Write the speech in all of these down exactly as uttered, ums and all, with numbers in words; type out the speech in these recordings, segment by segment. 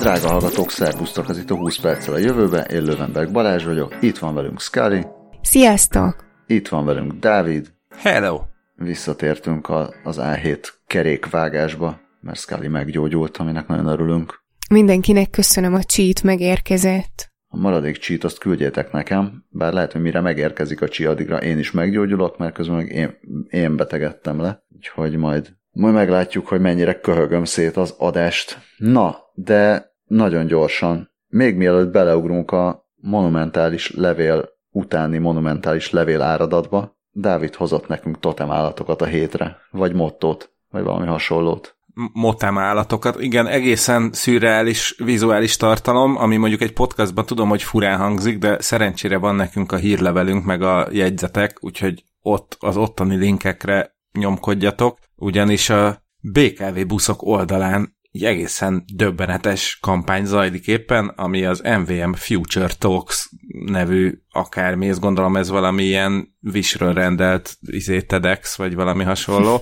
Drága hallgatók, szervusztok, ez itt a húsz perccel a jövőbe, én Löwenberg Balázs vagyok, itt van velünk Scully. Sziasztok! Itt van velünk Dávid. Hello! Visszatértünk a, az á hét kerékvágásba, mert Scully meggyógyult, aminek nagyon örülünk. Mindenkinek köszönöm, a cheat megérkezett. A maradék cheat azt küldjétek nekem, bár lehet, hogy mire megérkezik a cheat, addigra én is meggyógyulok, mert közben meg én, én betegedtem le, úgyhogy majd, majd meglátjuk, hogy mennyire köhögöm szét az adást. Na, de nagyon gyorsan, még mielőtt beleugrunk a monumentális levél utáni monumentális levél áradatba, Dávid hozott nekünk totem állatokat a hétre, vagy mottót, vagy valami hasonlót. Motem állatokat. Igen, egészen szürreális vizuális tartalom, ami mondjuk egy podcastban tudom, hogy furán hangzik, de szerencsére van nekünk a hírlevelünk, meg a jegyzetek, úgyhogy ott az ottani linkekre nyomkodjatok, ugyanis a bé ká vé buszok oldalán egy egészen döbbenetes kampány zajlik éppen, ami az em vé em Future Talks nevű akármi, ezt gondolom ez valami ilyen Wish-ről rendelt izé, TEDx, vagy valami hasonló.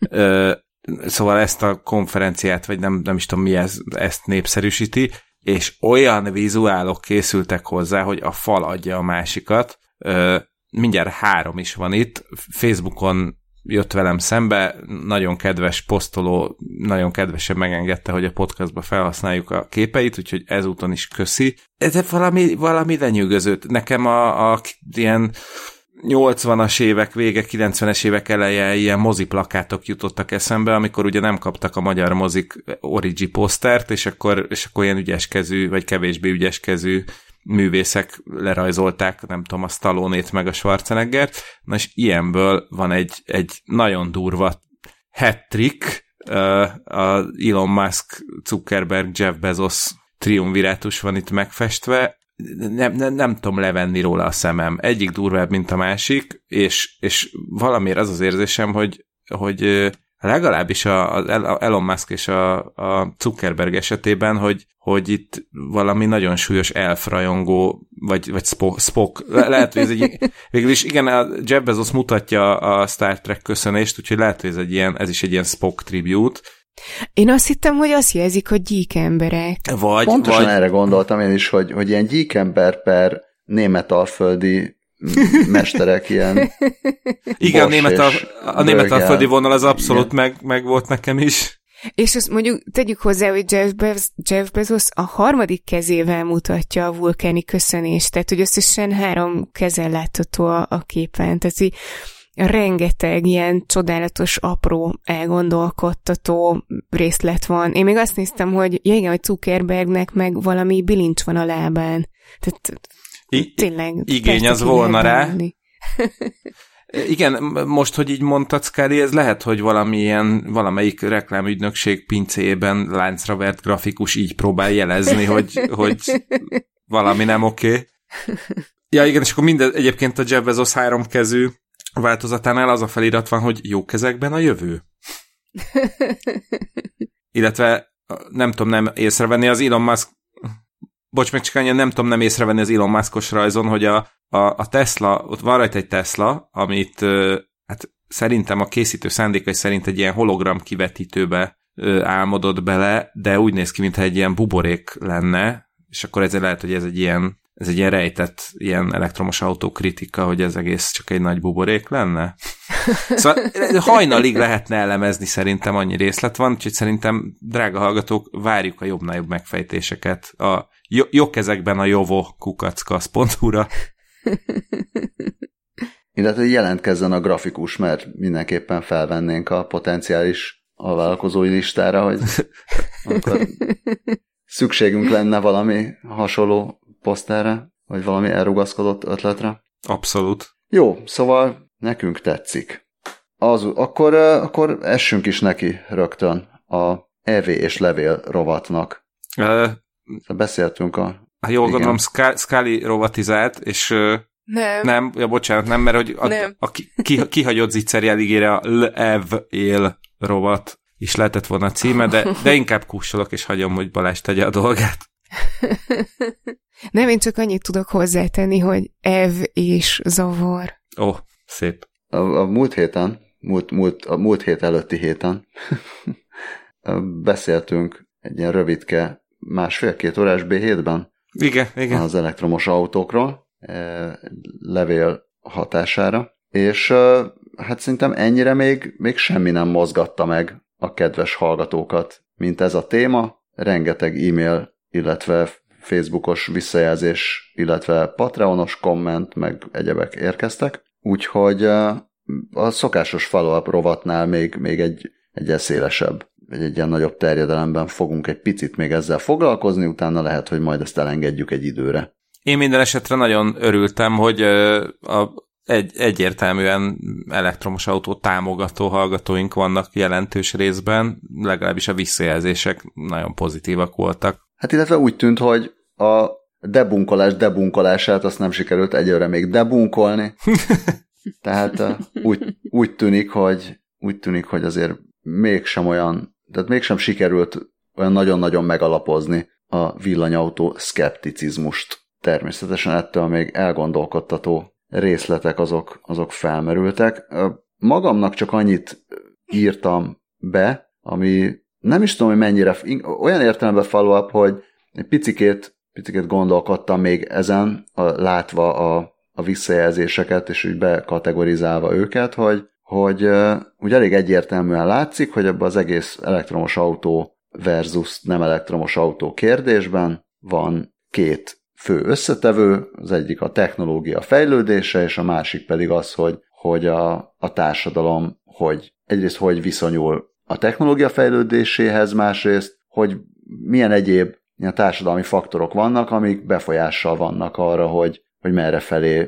Szóval ezt a konferenciát, vagy nem, nem is tudom mi ez, ezt népszerűsíti, és olyan vizuálok készültek hozzá, hogy a fal adja a másikat. Mindjárt három is van itt. Facebookon jött velem szembe, nagyon kedves posztoló, nagyon kedvesen megengedte, hogy a podcastba felhasználjuk a képeit, úgyhogy ezúton is köszi. Ez valami, valami lenyűgözőt. Nekem a, a ilyen nyolcvanas évek vége, kilencvenes évek eleje ilyen moziplakátok jutottak eszembe, amikor ugye nem kaptak a magyar mozik origi posztert, és akkor, és akkor ilyen ügyeskezű, vagy kevésbé ügyeskezű művészek lerajzolták, nem tudom, a Stallone-t meg a Schwarzeneggert. Na és ilyenből van egy, egy nagyon durva hat-trick, a Elon Musk, Zuckerberg, Jeff Bezos triumvirátus van itt megfestve. Nem, nem, nem tudom levenni róla a szemem. Egyik durvább, mint a másik, és, és valamiért az az érzésem, hogy, hogy legalábbis az Elon Musk és a, a Zuckerberg esetében, hogy, hogy itt valami nagyon súlyos elfrajongó, vagy, vagy Spock. Le, lehet, hogy ez egy, végül is igen, a Jeff Bezos mutatja a Star Trek köszönést, úgyhogy lehet, hogy ez, egy ilyen, ez is egy ilyen Spock tribute. Én azt hittem, hogy azt jelzik, hogy gyík emberek. Vagy, Pontosan vagy... erre gondoltam én is, hogy, hogy ilyen gyíkember per németalföldi mesterek ilyen. Igen, a, németal, a németalföldi vonal az abszolút meg, meg volt nekem is. És azt mondjuk tegyük hozzá, hogy Jeff, Bez- Jeff Bezos a harmadik kezével mutatja a vulkáni köszönést, tehát hogy összesen három kezen látható a, a képen, tehát így rengeteg ilyen csodálatos, apró, elgondolkodtató részlet van. Én még azt néztem, hogy ja igen, hogy Zuckerbergnek meg valami bilincs van a lábán. Tehát I- tényleg... igény az volna rá. Igen, most, hogy így mondtad, Scully, ez lehet, hogy valamilyen, valamelyik reklámügynökség pincéjében láncra vert grafikus így próbál jelezni, hogy, hogy valami nem oké. Okay. Ja igen, és akkor minden, egyébként a Jeff Bezos háromkezű változatánál az a felirat van, hogy jó kezekben a jövő. Illetve nem tudom nem észrevenni az Elon Musk, bocs meg csak annyi, nem tudom nem észrevenni az Elon Muskos rajzon, hogy a, a, a Tesla, ott van rajta egy Tesla, amit hát szerintem a készítő szándékai szerint egy ilyen hologram kivetítőbe álmodott bele, de úgy néz ki, mintha egy ilyen buborék lenne, és akkor ezért lehet, hogy ez egy ilyen ez egy ilyen rejtett, ilyen elektromos autó kritika, hogy ez egész csak egy nagy buborék lenne. Szóval hajnalig lehetne elemezni, szerintem annyi részlet van, úgyhogy szerintem, drága hallgatók, várjuk a jobbnál jobb megfejtéseket a jó kezekben a jovo kukackasz pont hu-ra. Illetve jelentkezzen a grafikus, mert mindenképpen felvennénk a potenciális alvállalkozói listára, hogy akkor szükségünk lenne valami hasonló poszterre, vagy valami elrugaszkodott ötletre. Abszolút. Jó, szóval nekünk tetszik. Az, akkor, akkor essünk is neki rögtön a é vé és levél rovatnak. Uh, Beszéltünk a... Ha jól igen. Gondolom, Scully rovatizált, és... Nem. Nem, ja, bocsánat, nem, mert hogy a, nem. a ki, kihagyott zicser jeligére a L-E-V-él rovat is lehetett volna a címe, de, de inkább kussolok, és hagyom, hogy Balázs tegye a dolgát. Nem, én csak annyit tudok hozzátenni, hogy ev és zavar. Ó, oh, szép. A, a múlt héten, múlt, múlt, a múlt hét előtti héten beszéltünk egy ilyen rövidke másfél-két órás bé hétben. Igen, igen. Az elektromos autókról, levél hatására, és hát szerintem ennyire még, még semmi nem mozgatta meg a kedves hallgatókat, mint ez a téma. Rengeteg e-mail, illetve Facebookos visszajelzés, illetve Patreonos komment, meg egyebek érkeztek, úgyhogy a szokásos follow-up rovatnál még, még egy, egy szélesebb, egy, egy ilyen nagyobb terjedelemben fogunk egy picit még ezzel foglalkozni, utána lehet, hogy majd ezt elengedjük egy időre. Én minden esetre nagyon örültem, hogy a, egy, egyértelműen elektromos autó támogató hallgatóink vannak jelentős részben, legalábbis a visszajelzések nagyon pozitívak voltak. Hát illetve úgy tűnt, hogy a debunkolás debunkolását azt nem sikerült egyőre még debunkolni. Tehát úgy, úgy, tűnik, hogy, úgy tűnik, hogy azért mégsem olyan, tehát mégsem sikerült olyan nagyon-nagyon megalapozni a villanyautó szkepticizmust. Természetesen ettől még elgondolkodtató részletek azok, azok felmerültek. Magamnak csak annyit írtam be, ami nem is tudom, hogy mennyire, olyan értelemben follow-up, hogy egy picikét, picikét gondolkodtam még ezen, a, látva a, a visszajelzéseket, és úgy bekategorizálva őket, hogy, hogy uh, úgy elég egyértelműen látszik, hogy ebben az egész elektromos autó versus nem elektromos autó kérdésben van két fő összetevő, az egyik a technológia fejlődése, és a másik pedig az, hogy, hogy a, a társadalom, hogy egyrészt hogy viszonyul a technológia fejlődéséhez, másrészt, hogy milyen egyéb ilyen társadalmi faktorok vannak, amik befolyással vannak arra, hogy, hogy merre felé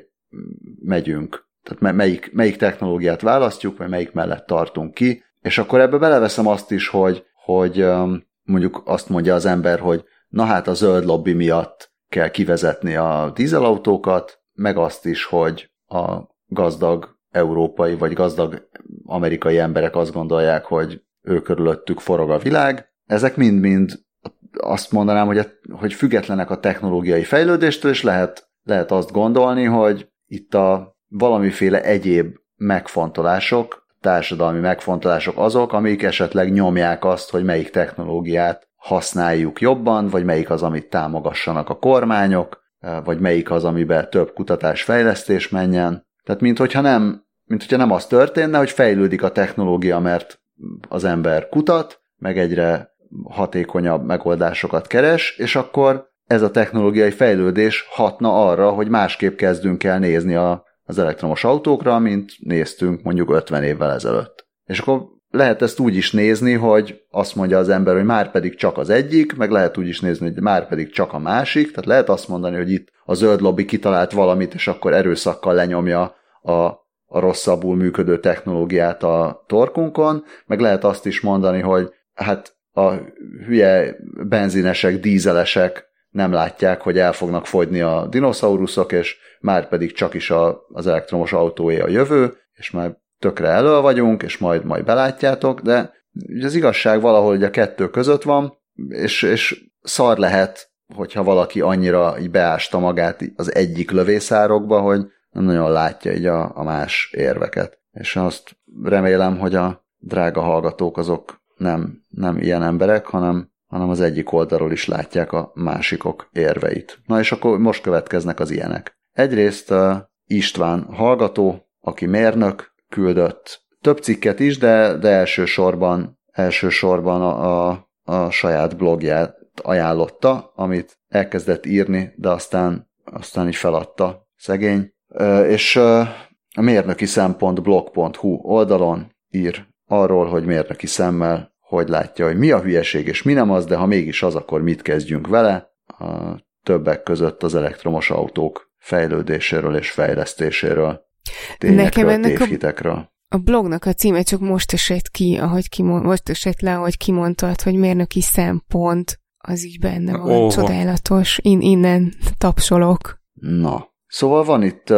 megyünk. Tehát melyik, melyik technológiát választjuk, vagy melyik mellett tartunk ki, és akkor ebbe beleveszem azt is, hogy, hogy mondjuk azt mondja az ember, hogy na hát a zöld lobby miatt kell kivezetni a dízelautókat, meg azt is, hogy a gazdag európai vagy gazdag amerikai emberek azt gondolják, hogy ő körülöttük forog a világ. Ezek mind-mind azt mondanám, hogy, hogy függetlenek a technológiai fejlődéstől, és lehet, lehet azt gondolni, hogy itt a valamiféle egyéb megfontolások, társadalmi megfontolások azok, amik esetleg nyomják azt, hogy melyik technológiát használjuk jobban, vagy melyik az, amit támogassanak a kormányok, vagy melyik az, amiben több kutatás-fejlesztés menjen. Tehát minthogyha nem, minthogyha nem az történne, hogy fejlődik a technológia, mert az ember kutat, meg egyre hatékonyabb megoldásokat keres, és akkor ez a technológiai fejlődés hatna arra, hogy másképp kezdünk el nézni a, az elektromos autókra, mint néztünk mondjuk ötven évvel ezelőtt. És akkor lehet ezt úgy is nézni, hogy azt mondja az ember, hogy már pedig csak az egyik, meg lehet úgy is nézni, hogy már pedig csak a másik, tehát lehet azt mondani, hogy itt a zöld lobby kitalált valamit, és akkor erőszakkal lenyomja a, a rosszabbul működő technológiát a torkunkon, meg lehet azt is mondani, hogy hát a hülye benzinesek, dízelesek nem látják, hogy el fognak fogyni a dinoszauruszok, és már pedig csak is a, az elektromos autóé a jövő, és már tökre elő vagyunk, és majd, majd belátjátok, de az igazság valahol a kettő között van, és, és szar lehet, hogyha valaki annyira így beásta magát az egyik lövészárokba, hogy nem nagyon látja így a, a más érveket. És azt remélem, hogy a drága hallgatók azok nem, nem ilyen emberek, hanem, hanem az egyik oldalról is látják a másikok érveit. Na és akkor most következnek az ilyenek. Egyrészt uh, István hallgató, aki mérnök, küldött több cikket is, de, de elsősorban, elsősorban a, a, a saját blogját ajánlotta, amit elkezdett írni, de aztán, aztán így feladta szegény. Uh, és uh, a mérnöki szempont blog pont hu oldalon ír arról, hogy mérnöki szemmel hogy látja, hogy mi a hülyeség és mi nem az, de ha mégis az, akkor mit kezdjünk vele. A többek között az elektromos autók fejlődéséről és fejlesztéséről, tényekről, tévhitekről. A, a blognak a címe csak most esett ki, ahogy kimond, most esett le, ahogy kimondtad, hogy mérnöki szempont, az így benne van. Oh. Csodálatos. In, innen tapsolok. Na, szóval van itt,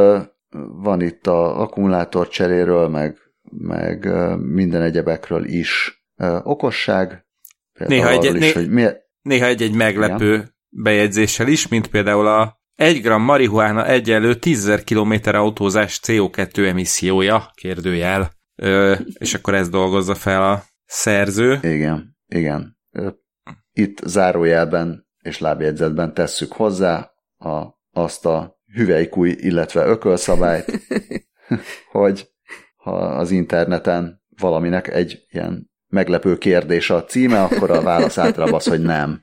van itt a akkumulátor cseréről, meg, meg minden egyebekről is okosság. Néha egy, is, né, hogy mi... néha egy-egy meglepő ja. bejegyzéssel is, mint például a egy gramm marihuána egyenlő tízezer kilométer autózás cé o kettő emissziója, kérdőjel. Ö, és akkor ezt dolgozza fel a szerző. Igen, igen. Itt zárójelben és lábjegyzetben tesszük hozzá a, azt a hüvelykúj, illetve ökölszabályt, hogy ha az interneten valaminek egy ilyen meglepő kérdés a címe, akkor a válasz általában az, hogy nem.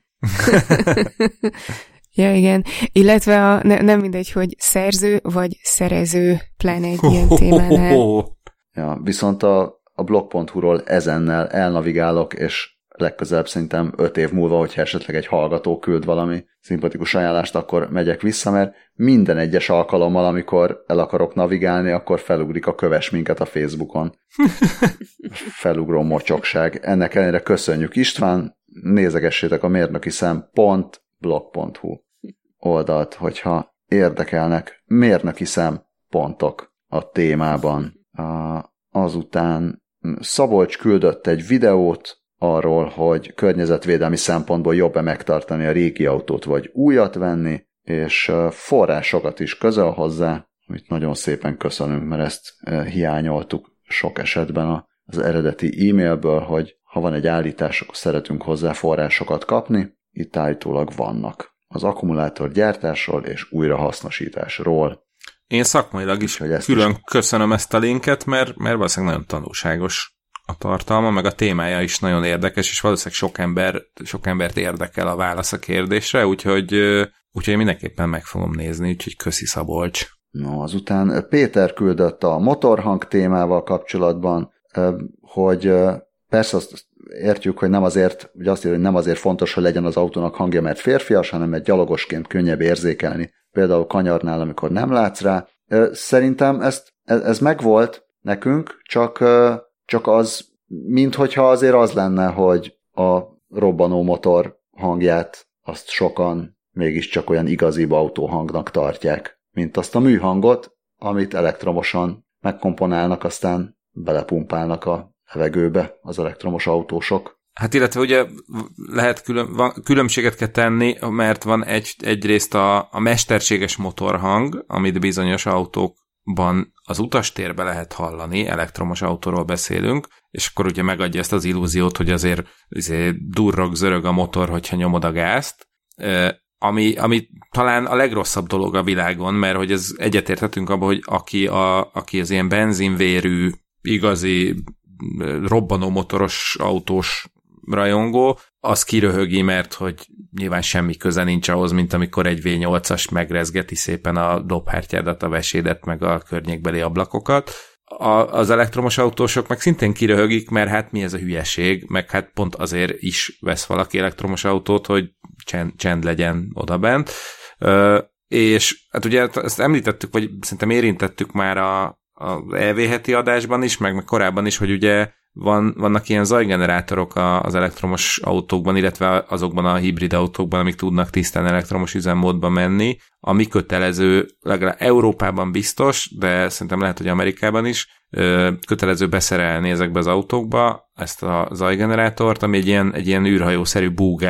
Ja, igen. Illetve a, ne, nem mindegy, hogy szerző vagy szerező, pláne egy ilyen témánál. Ja, viszont a, a blog pont hu-ról ezennel elnavigálok, és legközelebb szerintem öt év múlva, hogyha esetleg egy hallgató küld valami szimpatikus ajánlást, akkor megyek vissza, mert minden egyes alkalommal, amikor el akarok navigálni, akkor felugrik a kövess minket a Facebookon. Felugró mocsokság. Ennek ellenére köszönjük István, nézegessétek a mérnöki szem pont blog pont hu oldalt, hogyha érdekelnek mérnöki szem pontok a témában. Azután Szabolcs küldött egy videót arról, hogy környezetvédelmi szempontból jobb-e megtartani a régi autót, vagy újat venni, és forrásokat is közöl hozzá, amit nagyon szépen köszönünk, mert ezt hiányoltuk sok esetben az eredeti e-mailből, hogy ha van egy állítás, akkor szeretünk hozzá forrásokat kapni. Itt állítólag vannak. Az akkumulátor gyártásról és újrahasznosításról. Én szakmailag is külön is köszönöm ezt a linket, mert, mert valószínűleg nagyon tanulságos a tartalma, meg a témája is nagyon érdekes, és valószínűleg sok, ember, sok embert érdekel a válasz a kérdésre, úgyhogy, úgyhogy mindenképpen meg fogom nézni, úgyhogy köszi Szabolcs. No, azután Péter küldött a motorhang témával kapcsolatban, hogy persze azt értjük, hogy nem azért, ugye azt írja, hogy nem azért fontos, hogy legyen az autónak hangja, mert férfias, hanem mert gyalogosként könnyebb érzékelni. Például kanyarnál, amikor nem látsz rá. Szerintem ezt, ez megvolt nekünk, csak, csak az, minthogyha azért az lenne, hogy a robbanó motor hangját azt sokan mégiscsak olyan igazibb autóhangnak tartják, mint azt a műhangot, amit elektromosan megkomponálnak, aztán belepumpálnak a levegőbe az elektromos autósok. Hát illetve ugye lehet külön, van, különbséget kell tenni, mert van egy, egyrészt a, a mesterséges motorhang, amit bizonyos autókban az utastérbe lehet hallani, elektromos autóról beszélünk, és akkor ugye megadja ezt az illúziót, hogy azért, azért durrog, zörög a motor, hogyha nyomod a gázt, ami, ami talán a legrosszabb dolog a világon, mert hogy ez egyetérthetünk abban, hogy aki, a, aki az ilyen benzinvérű, igazi robbanó motoros autós rajongó, az kiröhögi, mert hogy nyilván semmi köze nincs ahhoz, mint amikor egy vé nyolcas megrezgeti szépen a dobhártyádat, a vesédet, meg a környékbeli ablakokat. A, az elektromos autósok meg szintén kiröhögik, mert hát mi ez a hülyeség, meg hát pont azért is vesz valaki elektromos autót, hogy csend, csend legyen odabent. Ö, és hát ugye ezt említettük, vagy szerintem érintettük már a az é vé heti adásban is, meg, meg korábban is, hogy ugye van, vannak ilyen zajgenerátorok az elektromos autókban, illetve azokban a hibrid autókban, amik tudnak tisztán elektromos üzemmódba menni, ami kötelező, legalább Európában biztos, de szerintem lehet, hogy Amerikában is, kötelező beszerelni ezekbe az autókba ezt a zajgenerátort, ami egy ilyen, egy ilyen űrhajószerű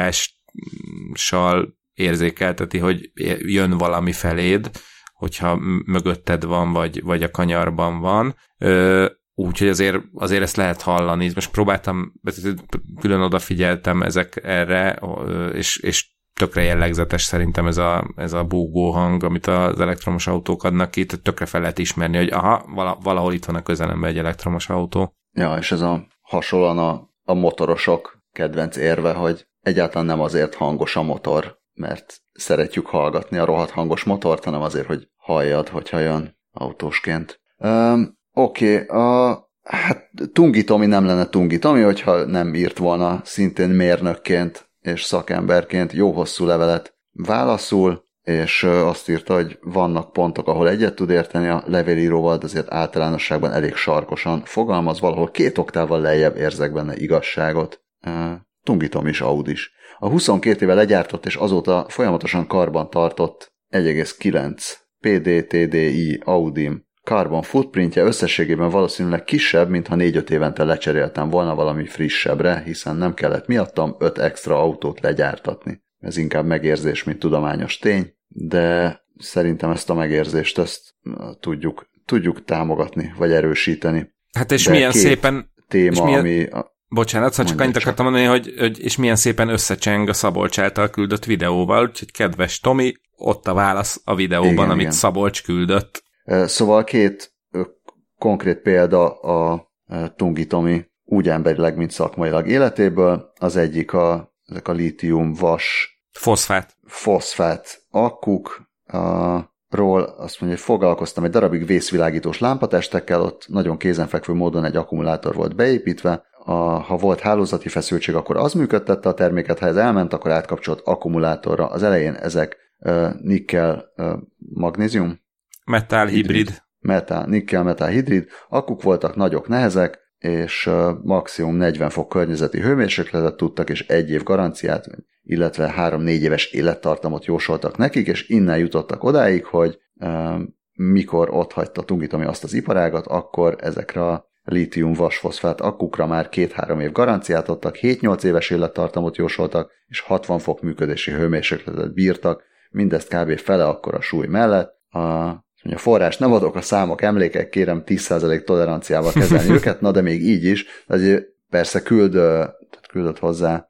búgással érzékelteti, hogy jön valami feléd, hogyha mögötted van, vagy, vagy a kanyarban van. Úgyhogy azért, azért ezt lehet hallani. Most próbáltam, külön odafigyeltem ezek erre, és, és tökre jellegzetes szerintem ez a, ez a búgó hang, amit az elektromos autók adnak ki, tökre fel lehet ismerni, hogy aha, valahol itt van a közelemben egy elektromos autó. Ja, és ez a hasonlóan a, a motorosok kedvenc érve, hogy egyáltalán nem azért hangos a motor, mert szeretjük hallgatni a rohadt hangos motort, hanem azért, hogy halljad, hogyha jön autósként. Um, Oké, okay, uh, hát Tungi Tomi nem lenne Tungi Tomi, hogyha nem írt volna szintén mérnökként és szakemberként jó hosszú levelet válaszul, és uh, azt írta, hogy vannak pontok, ahol egyet tud érteni a levélíróval, de azért általánosságban elég sarkosan fogalmaz, valahol két oktával lejjebb érzek benne igazságot. Uh, Tungi Tomi is Audis. A huszonkét éve legyártott és azóta folyamatosan karban tartott egy egész kilenc pé dé té dé i Audim carbon footprintje összességében valószínűleg kisebb, mintha négy-öt évente lecseréltem volna valami frissebbre, hiszen nem kellett miattam öt extra autót legyártatni. Ez inkább megérzés, mint tudományos tény, de szerintem ezt a megérzést ezt tudjuk, tudjuk támogatni, vagy erősíteni. Hát és de milyen szépen... téma, és milyen... ami... Bocsánat, szóval csak annyit akartam mondani, hogy, hogy és milyen szépen összecseng a Szabolcs által küldött videóval, úgyhogy kedves Tomi, ott a válasz a videóban, igen, amit igen. Szabolcs küldött. Szóval két konkrét példa a Tungi Tomi úgy emberileg, mint szakmailag életéből. Az egyik a, ezek a lítium vas foszfát. Foszfát akkuk, a, ról azt mondja, hogy foglalkoztam egy darabig vészvilágítós lámpatestekkel, ott nagyon kézenfekvő módon egy akkumulátor volt beépítve. A, ha volt hálózati feszültség, akkor az működtette a terméket, ha ez elment, akkor átkapcsolt akkumulátorra. Az elején ezek uh, nikkel uh, magnézium? Metál hibrid. Metál, nikkel metál hidrid. Akkuk voltak nagyok, nehezek, és uh, maximum negyven fok környezeti hőmérsékletet tudtak, és egy év garanciát, illetve három-négy éves élettartamot jósoltak nekik, és innen jutottak odáig, hogy uh, mikor ott hagyta Tungi Tomi azt az iparágat, akkor ezekre a lítium vasfoszfát akkukra már két-három év garanciát adtak, hét-nyolc éves élettartamot jósoltak, és hatvan fok működési hőmérsékletet bírtak, mindezt kb. Fele akkora súly mellett. A, a forrás nem adok, a számok, emlékek, kérem tíz százalék toleranciával kezelni őket, na de még így is, de persze küld, tehát küldött hozzá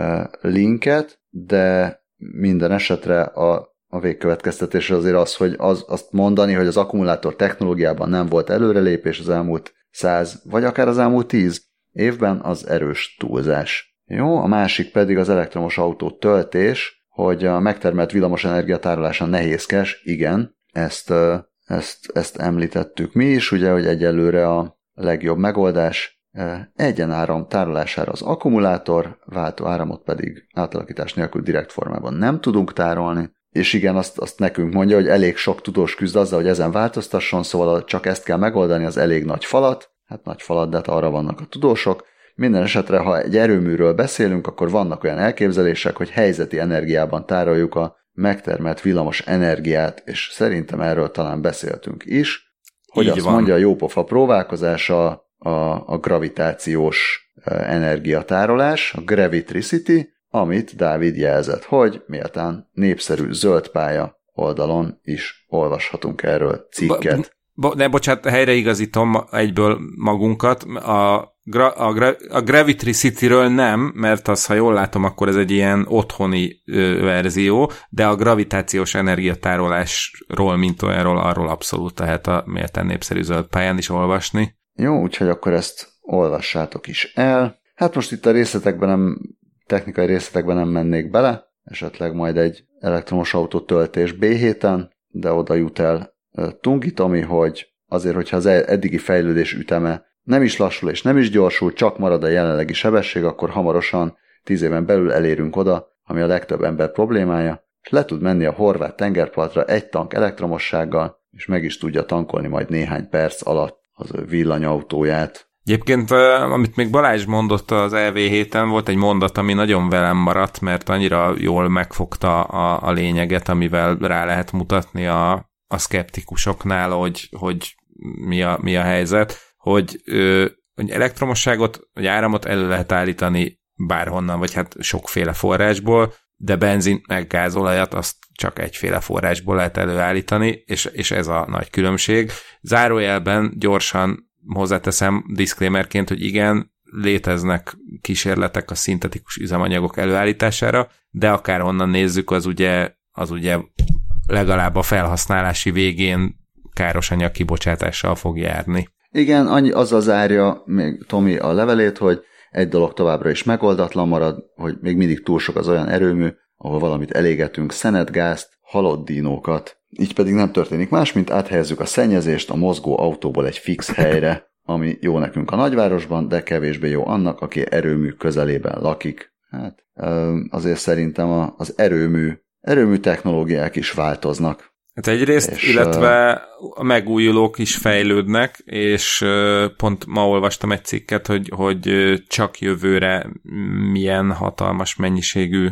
linket, de minden esetre a, a végkövetkeztetés azért az, hogy az, azt mondani, hogy az akkumulátor technológiában nem volt előrelépés az elmúlt száz, vagy akár az elmúlt tíz évben, az erős túlzás. Jó, a másik pedig az elektromos autó töltés, hogy a megtermelt villamosenergia tárolása nehézkes, igen, ezt, ezt, ezt említettük mi is, ugye, hogy egyelőre a legjobb megoldás egyenáram tárolására az akkumulátor, váltó áramot pedig átalakítás nélkül direkt formában nem tudunk tárolni, és igen, azt, azt nekünk mondja, hogy elég sok tudós küzd azzal, hogy ezen változtasson, szóval csak ezt kell megoldani, az elég nagy falat, hát nagy falat, de hát arra vannak a tudósok. Minden esetre, ha egy erőműről beszélünk, akkor vannak olyan elképzelések, hogy helyzeti energiában tároljuk a megtermelt villamos energiát, és szerintem erről talán beszéltünk is, hogy így azt van. Mondja a jópofa próbálkozása, a, a gravitációs energiatárolás, a Gravitricity, amit Dávid jelzett, hogy méltán népszerű zöld pálya oldalon is olvashatunk erről cikket. Bo- bo- ne, bocsánat, helyreigazítom egyből magunkat. A, gra- a, gra- a Gravitricity-ről nem, mert az, ha jól látom, akkor ez egy ilyen otthoni ö, verzió, de a gravitációs energiatárolásról, mint olyanról, arról abszolút lehet a méltán népszerű zöld pályán is olvasni. Jó, úgyhogy akkor ezt olvassátok is el. Hát most itt a részletekben nem, technikai részletekben nem mennék bele, esetleg majd egy elektromos autó töltés bé héten, de oda jut el Tungi Tomi, hogy azért, hogyha az eddigi fejlődés üteme nem is lassul és nem is gyorsul, csak marad a jelenlegi sebesség, akkor hamarosan tíz éven belül elérünk oda, ami a legtöbb ember problémája, és le tud menni a horvát tengerpartra egy tank elektromossággal, és meg is tudja tankolni majd néhány perc alatt az ő villanyautóját. Egyébként, amit még Balázs mondott az é vé héten, volt egy mondat, ami nagyon velem maradt, mert annyira jól megfogta a, a lényeget, amivel rá lehet mutatni a, a szkeptikusoknál, hogy, hogy mi, a, mi a helyzet, hogy, ö, hogy elektromosságot, vagy áramot elő lehet állítani bárhonnan, vagy hát sokféle forrásból, de benzint meg gázolajat azt csak egyféle forrásból lehet előállítani, és, és ez a nagy különbség. Zárójelben gyorsan hozzáteszem diszklémerként, hogy igen, léteznek kísérletek a szintetikus üzemanyagok előállítására, de akárhonnan nézzük, az ugye, az ugye legalább a felhasználási végén káros anyag kibocsátással fog járni. Igen, annyi, azzal zárja még Tomi a levelét, hogy egy dolog továbbra is megoldatlan marad, hogy még mindig túl sok az olyan erőmű, ahol valamit elégetünk, szenet, gázt, halott dinókat. Így pedig nem történik más, mint áthelyezzük a szennyezést a mozgó autóból egy fix helyre, ami jó nekünk a nagyvárosban, de kevésbé jó annak, aki erőmű közelében lakik. Hát azért szerintem az erőmű, erőmű technológiák is változnak. Hát egyrészt, és, illetve a megújulók is fejlődnek, és pont ma olvastam egy cikket, hogy, hogy csak jövőre milyen hatalmas mennyiségű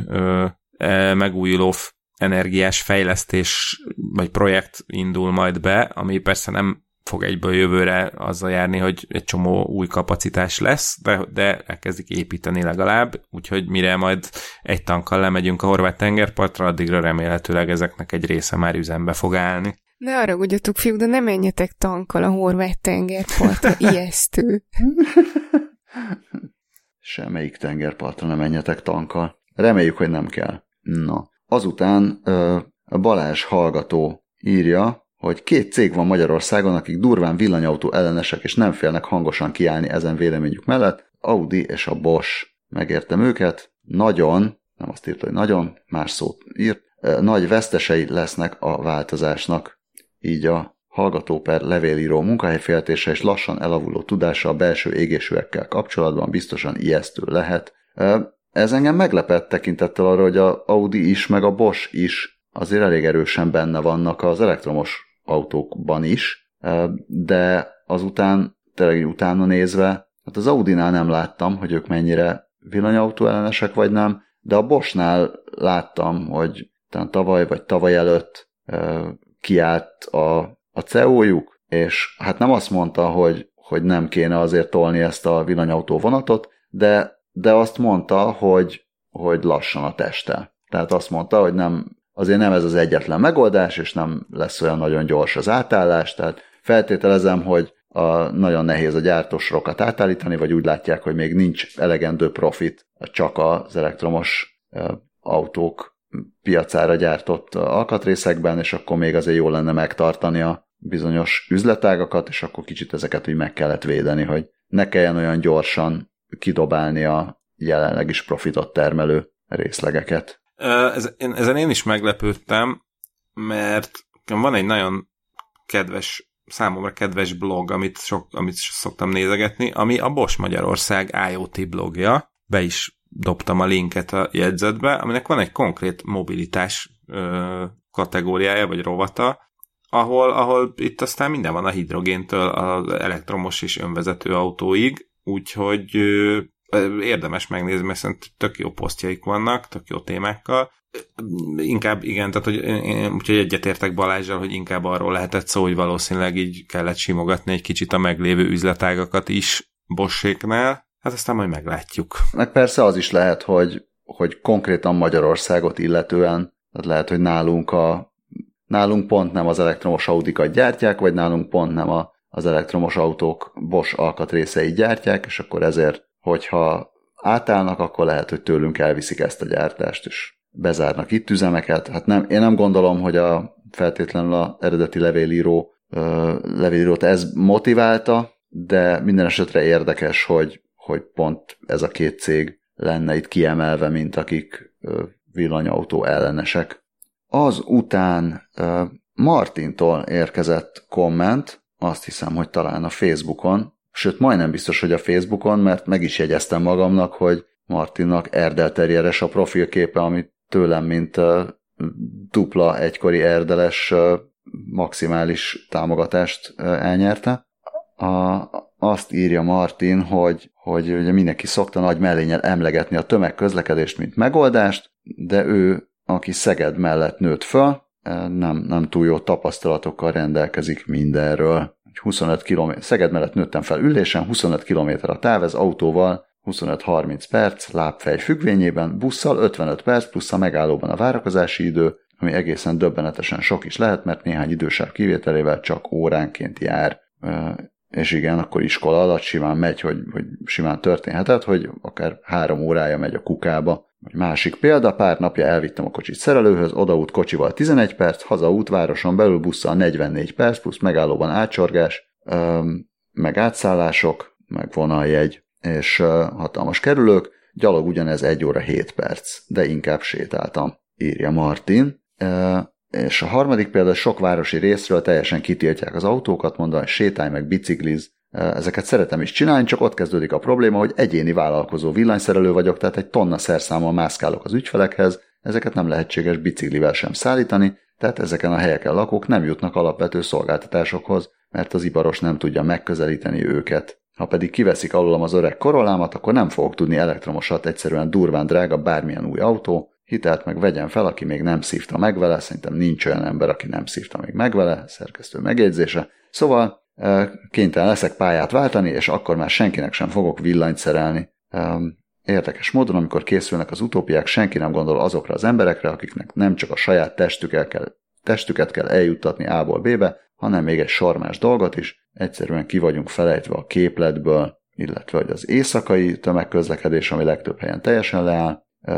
megújuló energiás fejlesztés vagy projekt indul majd be, ami persze nem fog egyből jövőre azzal járni, hogy egy csomó új kapacitás lesz, de, de elkezdik építeni legalább, úgyhogy mire majd egy tankkal lemegyünk a horvát tengerpartra, addigra remélhetőleg ezeknek egy része már üzembe fog állni. Ne haragudjatok, fiúk, de ne menjetek tankkal a horvát tengerpartra, ijesztő. Semmelyik tengerpartra nem menjetek tankkal. Reméljük, hogy nem kell. Na. Azután ö, Balázs hallgató írja, hogy két cég van Magyarországon, akik durván villanyautó ellenesek, és nem félnek hangosan kiállni ezen véleményük mellett. Audi és a Bosch. Megértem őket. Nagyon, nem azt írta, hogy nagyon, más szót írt, nagy vesztesei lesznek a változásnak. Így a hallgató per levélíró munkahelyféltése és lassan elavuló tudása a belső égésűekkel kapcsolatban biztosan ijesztő lehet. Ez engem meglepett tekintettel arra, hogy a Audi is, meg a Bosch is azért elég erősen benne vannak az elektromos autókban is, de azután, tényleg utána nézve, hát az Audinál nem láttam, hogy ők mennyire villanyautó ellenesek vagy nem, de a Boschnál láttam, hogy tavaly vagy tavaly előtt kiállt a, a cé e ó-juk, és hát nem azt mondta, hogy, hogy nem kéne azért tolni ezt a villanyautó vonatot, de, de azt mondta, hogy, hogy lassan a testtel. Tehát azt mondta, hogy nem, azért nem ez az egyetlen megoldás, és nem lesz olyan nagyon gyors az átállás, tehát feltételezem, hogy a, nagyon nehéz a gyártósorokat átállítani, vagy úgy látják, hogy még nincs elegendő profit csak az elektromos e, autók piacára gyártott alkatrészekben, és akkor még azért jó lenne megtartani a bizonyos üzletágakat, és akkor kicsit ezeket úgy meg kellett védeni, hogy ne kelljen olyan gyorsan kidobálni a jelenleg is profitot termelő részlegeket. Ez, én, ezen én is meglepődtem, mert van egy nagyon kedves, számomra kedves blog, amit, sok, amit szoktam nézegetni, ami a Bosch Magyarország i o té blogja. Be is dobtam a linket a jegyzetbe, aminek van egy konkrét mobilitás ö, kategóriája, vagy rovata, ahol, ahol itt aztán minden van a hidrogéntől az elektromos és önvezető autóig, úgyhogy ö, érdemes megnézni, mert szerintem tök jó posztjaik vannak, tök jó témákkal. Inkább igen, tehát hogy én, úgyhogy egyetértek Balázsral, hogy inkább arról lehetett szó, hogy valószínűleg így kellett simogatni egy kicsit a meglévő üzletágakat is Boschéknál. Hát aztán majd meglátjuk. Meg persze az is lehet, hogy, hogy konkrétan Magyarországot illetően, tehát lehet, hogy nálunk, a, nálunk pont nem az elektromos Audikat gyártják, vagy nálunk pont nem a, az elektromos autók Bosch alkatrészeit gyártják, és akkor ezért, hogyha átállnak, akkor lehet, hogy tőlünk elviszik ezt a gyártást, és bezárnak itt üzemeket. Hát nem, én nem gondolom, hogy a feltétlenül az eredeti levélíró, levélírót ez motiválta, de minden esetre érdekes, hogy hogy pont ez a két cég lenne itt kiemelve, mint akik villanyautó ellenesek. Azután Martintól érkezett komment, azt hiszem, hogy talán a Facebookon, sőt, majdnem biztos, hogy a Facebookon, mert meg is jegyeztem magamnak, hogy Martinnak erdelterjeres a profilképe, amit tőlem, mint dupla egykori erdeles maximális támogatást elnyerte. A, azt írja Martin, hogy, hogy ugye mindenki szokta nagy mellénnyel emlegetni a tömegközlekedést, mint megoldást, de ő, aki Szeged mellett nőtt föl, nem, nem túl jó tapasztalatokkal rendelkezik mindenről. huszonöt kilométer, Szeged mellett nőttem fel ülésen, huszonöt kilométer a táv, ez autóval huszonöt-harminc perc, lábfej függvényében, busszal ötvenöt perc, plusz a megállóban a várakozási idő, ami egészen döbbenetesen sok is lehet, mert néhány idősáv kivételével csak óránként jár. És igen, akkor iskola alatt simán megy, hogy, hogy simán történhetett, hogy akár három órája megy a kukába. Másik példa, pár napja elvittem a kocsit szerelőhöz, odaút kocsival tizenegy perc, hazaút városon belül busszal negyvennégy perc, plusz megállóban átsorgás, meg átszállások, meg vonaljegy, és hatalmas kerülők, gyalog ugyanez egy óra hét perc, de inkább sétáltam, írja Martin. És a harmadik példa, sok városi részről teljesen kitiltják az autókat, mondva, hogy sétálj meg, bicikliz. Ezeket szeretem is csinálni, csak ott kezdődik a probléma, hogy egyéni vállalkozó villanyszerelő vagyok, tehát egy tonna szerszámmal mászkálok az ügyfelekhez, ezeket nem lehetséges biciklivel sem szállítani, tehát ezeken a helyeken lakók nem jutnak alapvető szolgáltatásokhoz, mert az iparos nem tudja megközelíteni őket. Ha pedig kiveszik alólam az öreg Corollámat, akkor nem fogok tudni elektromosat, egyszerűen durván drága bármilyen új autó, hitelt meg vegyen fel, aki még nem szívta meg vele, szerintem nincs olyan ember, aki nem szívta még meg vele, szerkesztő megjegyzése. Szóval kénytelen leszek pályát váltani, és akkor már senkinek sem fogok villanyt szerelni. Érdekes módon, amikor készülnek az utópiák, senki nem gondol azokra az emberekre, akiknek nem csak a saját testüket kell, testüket kell eljuttatni A-ból B-be, hanem még egy sor más dolgot is. Egyszerűen ki vagyunk felejtve a képletből. illetve hogy az éjszakai tömegközlekedés, ami legtöbb helyen teljesen leáll.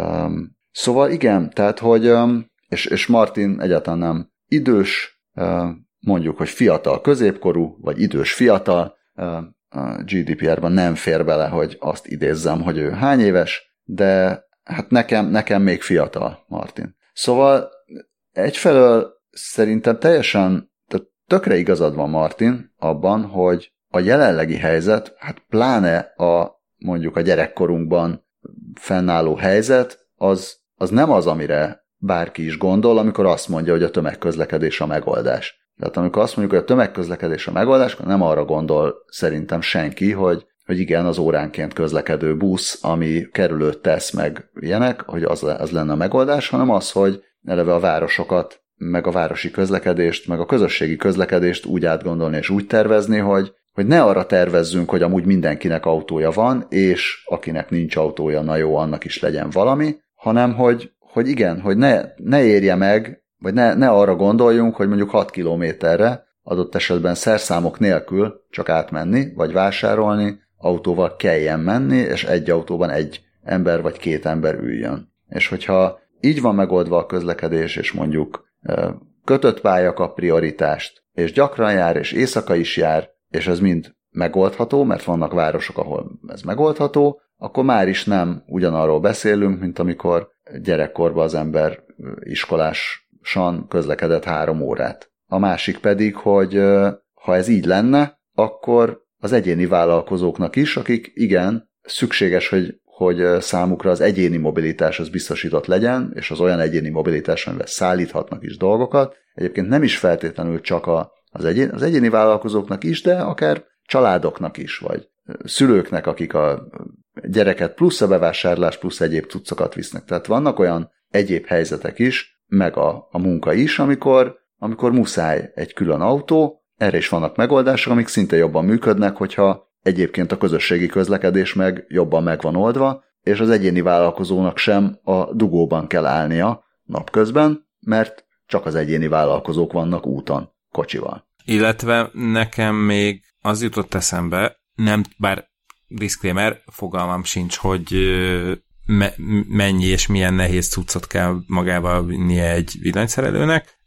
Szóval igen, tehát hogy, és, és Martin egyáltalán nem idős, mondjuk, hogy fiatal középkorú, vagy idős fiatal, a gé dé pé er-ban nem fér bele, hogy azt idézzem, hogy ő hány éves, de hát nekem, nekem még fiatal Martin. Szóval egyfelől szerintem teljesen, tehát tökre igazad van Martin abban, hogy a jelenlegi helyzet, hát pláne a mondjuk a gyerekkorunkban fennálló helyzet, az, az nem az, amire bárki is gondol, amikor azt mondja, hogy a tömegközlekedés a megoldás. Tehát amikor azt mondjuk, hogy a tömegközlekedés a megoldás, akkor nem arra gondol szerintem senki, hogy, hogy igen, az óránként közlekedő busz, ami kerülőt tesz meg ilyenek, hogy az, az lenne a megoldás, hanem az, hogy eleve a városokat, meg a városi közlekedést, meg a közösségi közlekedést úgy átgondolni és úgy tervezni, hogy, hogy ne arra tervezzünk, hogy amúgy mindenkinek autója van, és akinek nincs autója, na jó, annak is legyen valami, hanem hogy, hogy igen, hogy ne, ne érje meg, vagy ne, ne arra gondoljunk, hogy mondjuk hat kilométerre adott esetben szerszámok nélkül csak átmenni, vagy vásárolni, autóval kelljen menni, és egy autóban egy ember vagy két ember üljön. És hogyha így van megoldva a közlekedés, és mondjuk kötött pálya kap prioritást, és gyakran jár, és éjszaka is jár, és ez mind megoldható, mert vannak városok, ahol ez megoldható, akkor már is nem ugyanarról beszélünk, mint amikor gyerekkorban az ember iskolásan közlekedett három órát. A másik pedig, hogy ha ez így lenne, akkor az egyéni vállalkozóknak is, akik igen, szükséges, hogy, hogy számukra az egyéni mobilitás az biztosított legyen, és az olyan egyéni mobilitás, amivel szállíthatnak is dolgokat. Egyébként nem is feltétlenül csak a, az, egyén, az egyéni vállalkozóknak is, de akár családoknak is, vagy szülőknek, akik a gyereket plusz a bevásárlás, plusz egyéb cuccokat visznek. Tehát vannak olyan egyéb helyzetek is, meg a, a munka is, amikor, amikor muszáj egy külön autó, erre is vannak megoldások, amik szinte jobban működnek, hogyha egyébként a közösségi közlekedés meg jobban meg van oldva, és az egyéni vállalkozónak sem a dugóban kell állnia napközben, mert csak az egyéni vállalkozók vannak úton, kocsival. Illetve nekem még az jutott eszembe, nem, bár disclaimer, fogalmam sincs, hogy me- mennyi és milyen nehéz cuccot kell magával vinnie egy villanyszerelőnek,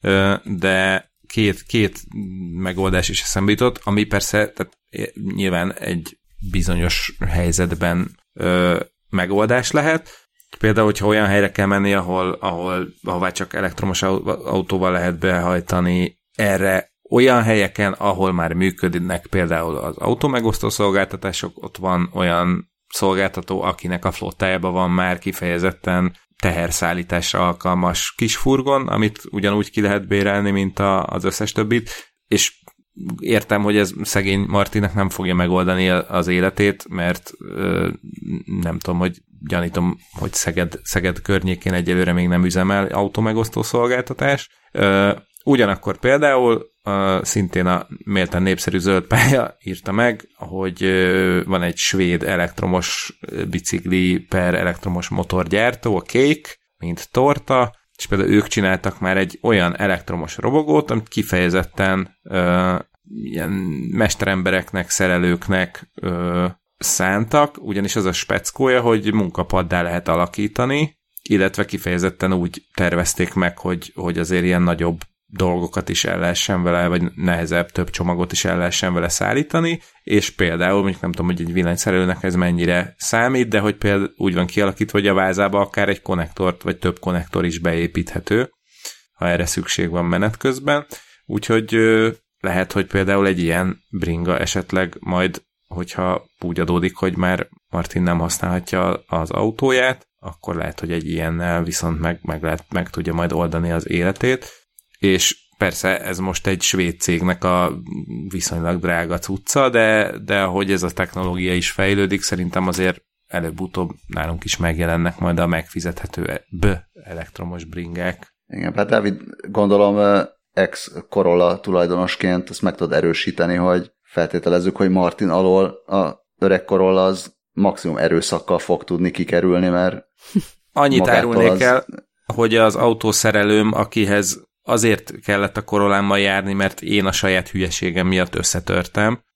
de két, két megoldás is eszembe jutott, ami persze tehát nyilván egy bizonyos helyzetben ö, megoldás lehet. Például, hogyha olyan helyre kell menni, ahol, ahol ahová csak elektromos autóval lehet behajtani, erre olyan helyeken, ahol már működnek például az autómegosztó szolgáltatások, ott van olyan szolgáltató, akinek a flottájában van már kifejezetten teherszállításra alkalmas kis furgon, amit ugyanúgy ki lehet bérelni, mint a, az összes többit, és értem, hogy ez szegény Martinak nem fogja megoldani az életét, mert ö, nem tudom, hogy gyanítom, hogy Szeged, Szeged környékén egyelőre még nem üzemel autómegosztó szolgáltatás. Ö, ugyanakkor például ö, szintén a méltán népszerű Zöld Pálya írta meg, hogy ö, van egy svéd elektromos bicikli per elektromos motorgyártó, a Cake, mint torta, és például ők csináltak már egy olyan elektromos robogót, amit kifejezetten ö, ilyen mesterembereknek, szerelőknek ö, szántak, ugyanis az a speckója, hogy munkapaddá lehet alakítani, illetve kifejezetten úgy tervezték meg, hogy, hogy azért ilyen nagyobb dolgokat is el lehessen vele, vagy nehezebb, több csomagot is el lehessen vele szállítani, és például, mondjuk nem tudom, hogy egy villanyszerelőnek ez mennyire számít, de hogy például úgy van kialakítva, hogy a vázába akár egy konnektort, vagy több konnektor is beépíthető, ha erre szükség van menet közben. Úgyhogy lehet, hogy például egy ilyen bringa esetleg majd, hogyha úgy adódik, hogy már Martin nem használhatja az autóját, akkor lehet, hogy egy ilyennel viszont meg, meg, lehet, meg tudja majd oldani az életét, és persze ez most egy svéd cégnek a viszonylag drága cucca, de, de ahogy ez a technológia is fejlődik, szerintem azért előbb-utóbb nálunk is megjelennek majd a megfizethető B elektromos bringák. Igen, hát Dávid, gondolom ex-Corolla tulajdonosként ezt meg tudod erősíteni, hogy feltételezzük, hogy Martin alól a öreg Corolla az maximum erőszakkal fog tudni kikerülni, mert annyit árulnék az... el, hogy az autószerelőm, akihez azért kellett a Corollámmal járni, mert én a saját hülyeségem miatt összetörtem,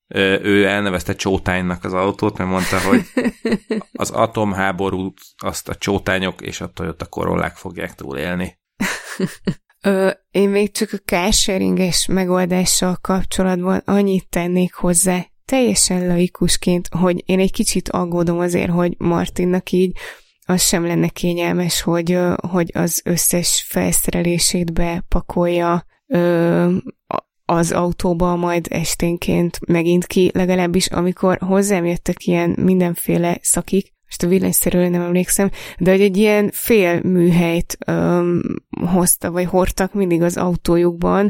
ő elnevezte csótánynak az autót, mert mondta, hogy az atomháborút azt a csótányok és a Toyota Corollák fogják túlélni. Ö, én még csak a carsharinges megoldással kapcsolatban annyit tennék hozzá, teljesen laikusként, hogy én egy kicsit aggódom azért, hogy Martinnak így az sem lenne kényelmes, hogy, hogy az összes felszerelését bepakolja ö, az autóba, majd esténként megint ki, legalábbis amikor hozzám jöttek ilyen mindenféle szakik, most a villanyszerelő nem emlékszem, de hogy egy ilyen fél műhelyt öm, hozta, vagy hordtak mindig az autójukban,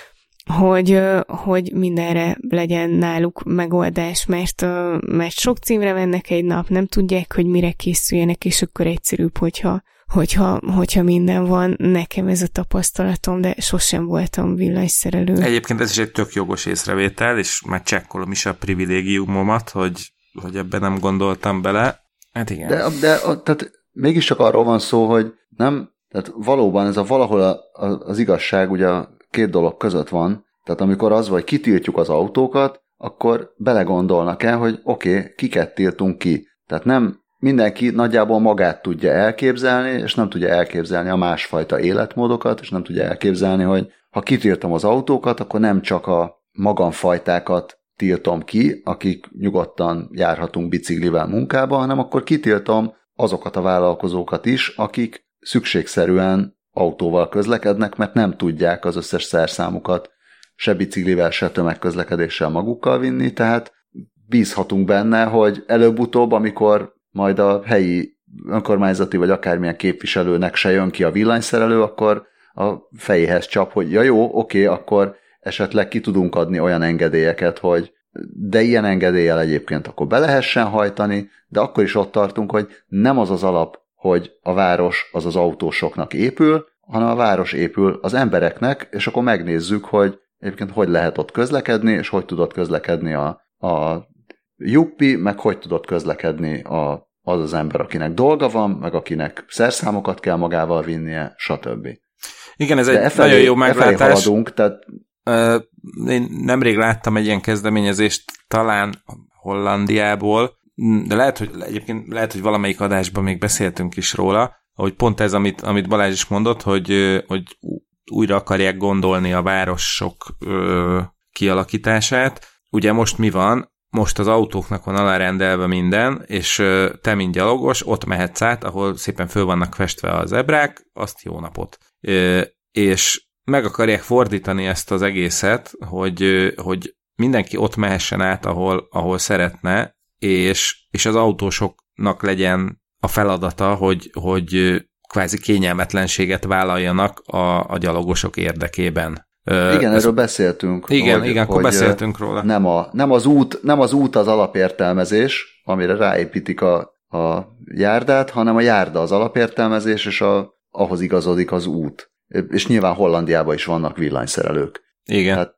hogy, hogy mindenre legyen náluk megoldás, mert, mert sok címre mennek egy nap, nem tudják, hogy mire készüljenek, és akkor egyszerűbb, hogyha, hogyha, hogyha minden van. Nekem ez a tapasztalatom, de sosem voltam villanyszerelő. Egyébként ez is egy tök jogos észrevétel, és már csekkolom is a privilégiumomat, hogy, hogy ebben nem gondoltam bele. Hát igen. De, de tehát mégiscsak arról van szó, hogy nem, tehát valóban ez a valahol a, a, az igazság ugye a két dolog között van, tehát amikor az vagy kitiltjuk az autókat, akkor belegondolnak el, hogy oké, okay, kiket tiltunk ki. Tehát nem mindenki nagyjából magát tudja elképzelni, és nem tudja elképzelni a másfajta életmódokat, és nem tudja elképzelni, hogy ha kitiltom az autókat, akkor nem csak a magamfajtákat tiltom ki, akik nyugodtan járhatunk biciklivel munkába, hanem akkor kitiltom azokat a vállalkozókat is, akik szükségszerűen autóval közlekednek, mert nem tudják az összes szerszámukat se biciklivel, se tömegközlekedéssel magukkal vinni, tehát bízhatunk benne, hogy előbb-utóbb, amikor majd a helyi önkormányzati vagy akármilyen képviselőnek se jön ki a villanyszerelő, akkor a fejéhez csap, hogy ja jó, oké, akkor esetleg ki tudunk adni olyan engedélyeket, hogy de ilyen engedéllyel egyébként akkor be lehessen hajtani, de akkor is ott tartunk, hogy nem az az alap, hogy a város az az autósoknak épül, hanem a város épül az embereknek, és akkor megnézzük, hogy egyébként hogy lehet ott közlekedni, és hogy tudott közlekedni a, a juppi, meg hogy tudott közlekedni a, az az ember, akinek dolga van, meg akinek szerszámokat kell magával vinnie, stb. Igen, ez egy e felé, nagyon jó meglátás. E haladunk, tehát... uh, én nemrég láttam egy ilyen kezdeményezést, talán Hollandiából, de lehet, hogy egyébként lehet, hogy valamelyik adásban még beszéltünk is róla, hogy pont ez, amit, amit Balázs is mondott, hogy, hogy újra akarják gondolni a városok ö, kialakítását. Ugye most mi van? Most az autóknak van alárendelve minden, és ö, te, mint gyalogos, ott mehetsz át, ahol szépen föl vannak festve a zebrák, azt jó napot. Ö, és meg akarják fordítani ezt az egészet, hogy, ö, hogy mindenki ott mehessen át, ahol, ahol szeretne, és, és az autósoknak legyen a feladata, hogy, hogy kvázi kényelmetlenséget vállaljanak a, a gyalogosok érdekében. Igen, Ez, erről beszéltünk. Igen, hogy, igen, akkor beszéltünk róla. Nem, a, nem, az út, nem az út az alapértelmezés, amire ráépítik a, a járdát, hanem a járda az alapértelmezés, és a, ahhoz igazodik az út. És nyilván Hollandiában is vannak villanyszerelők. Igen. Tehát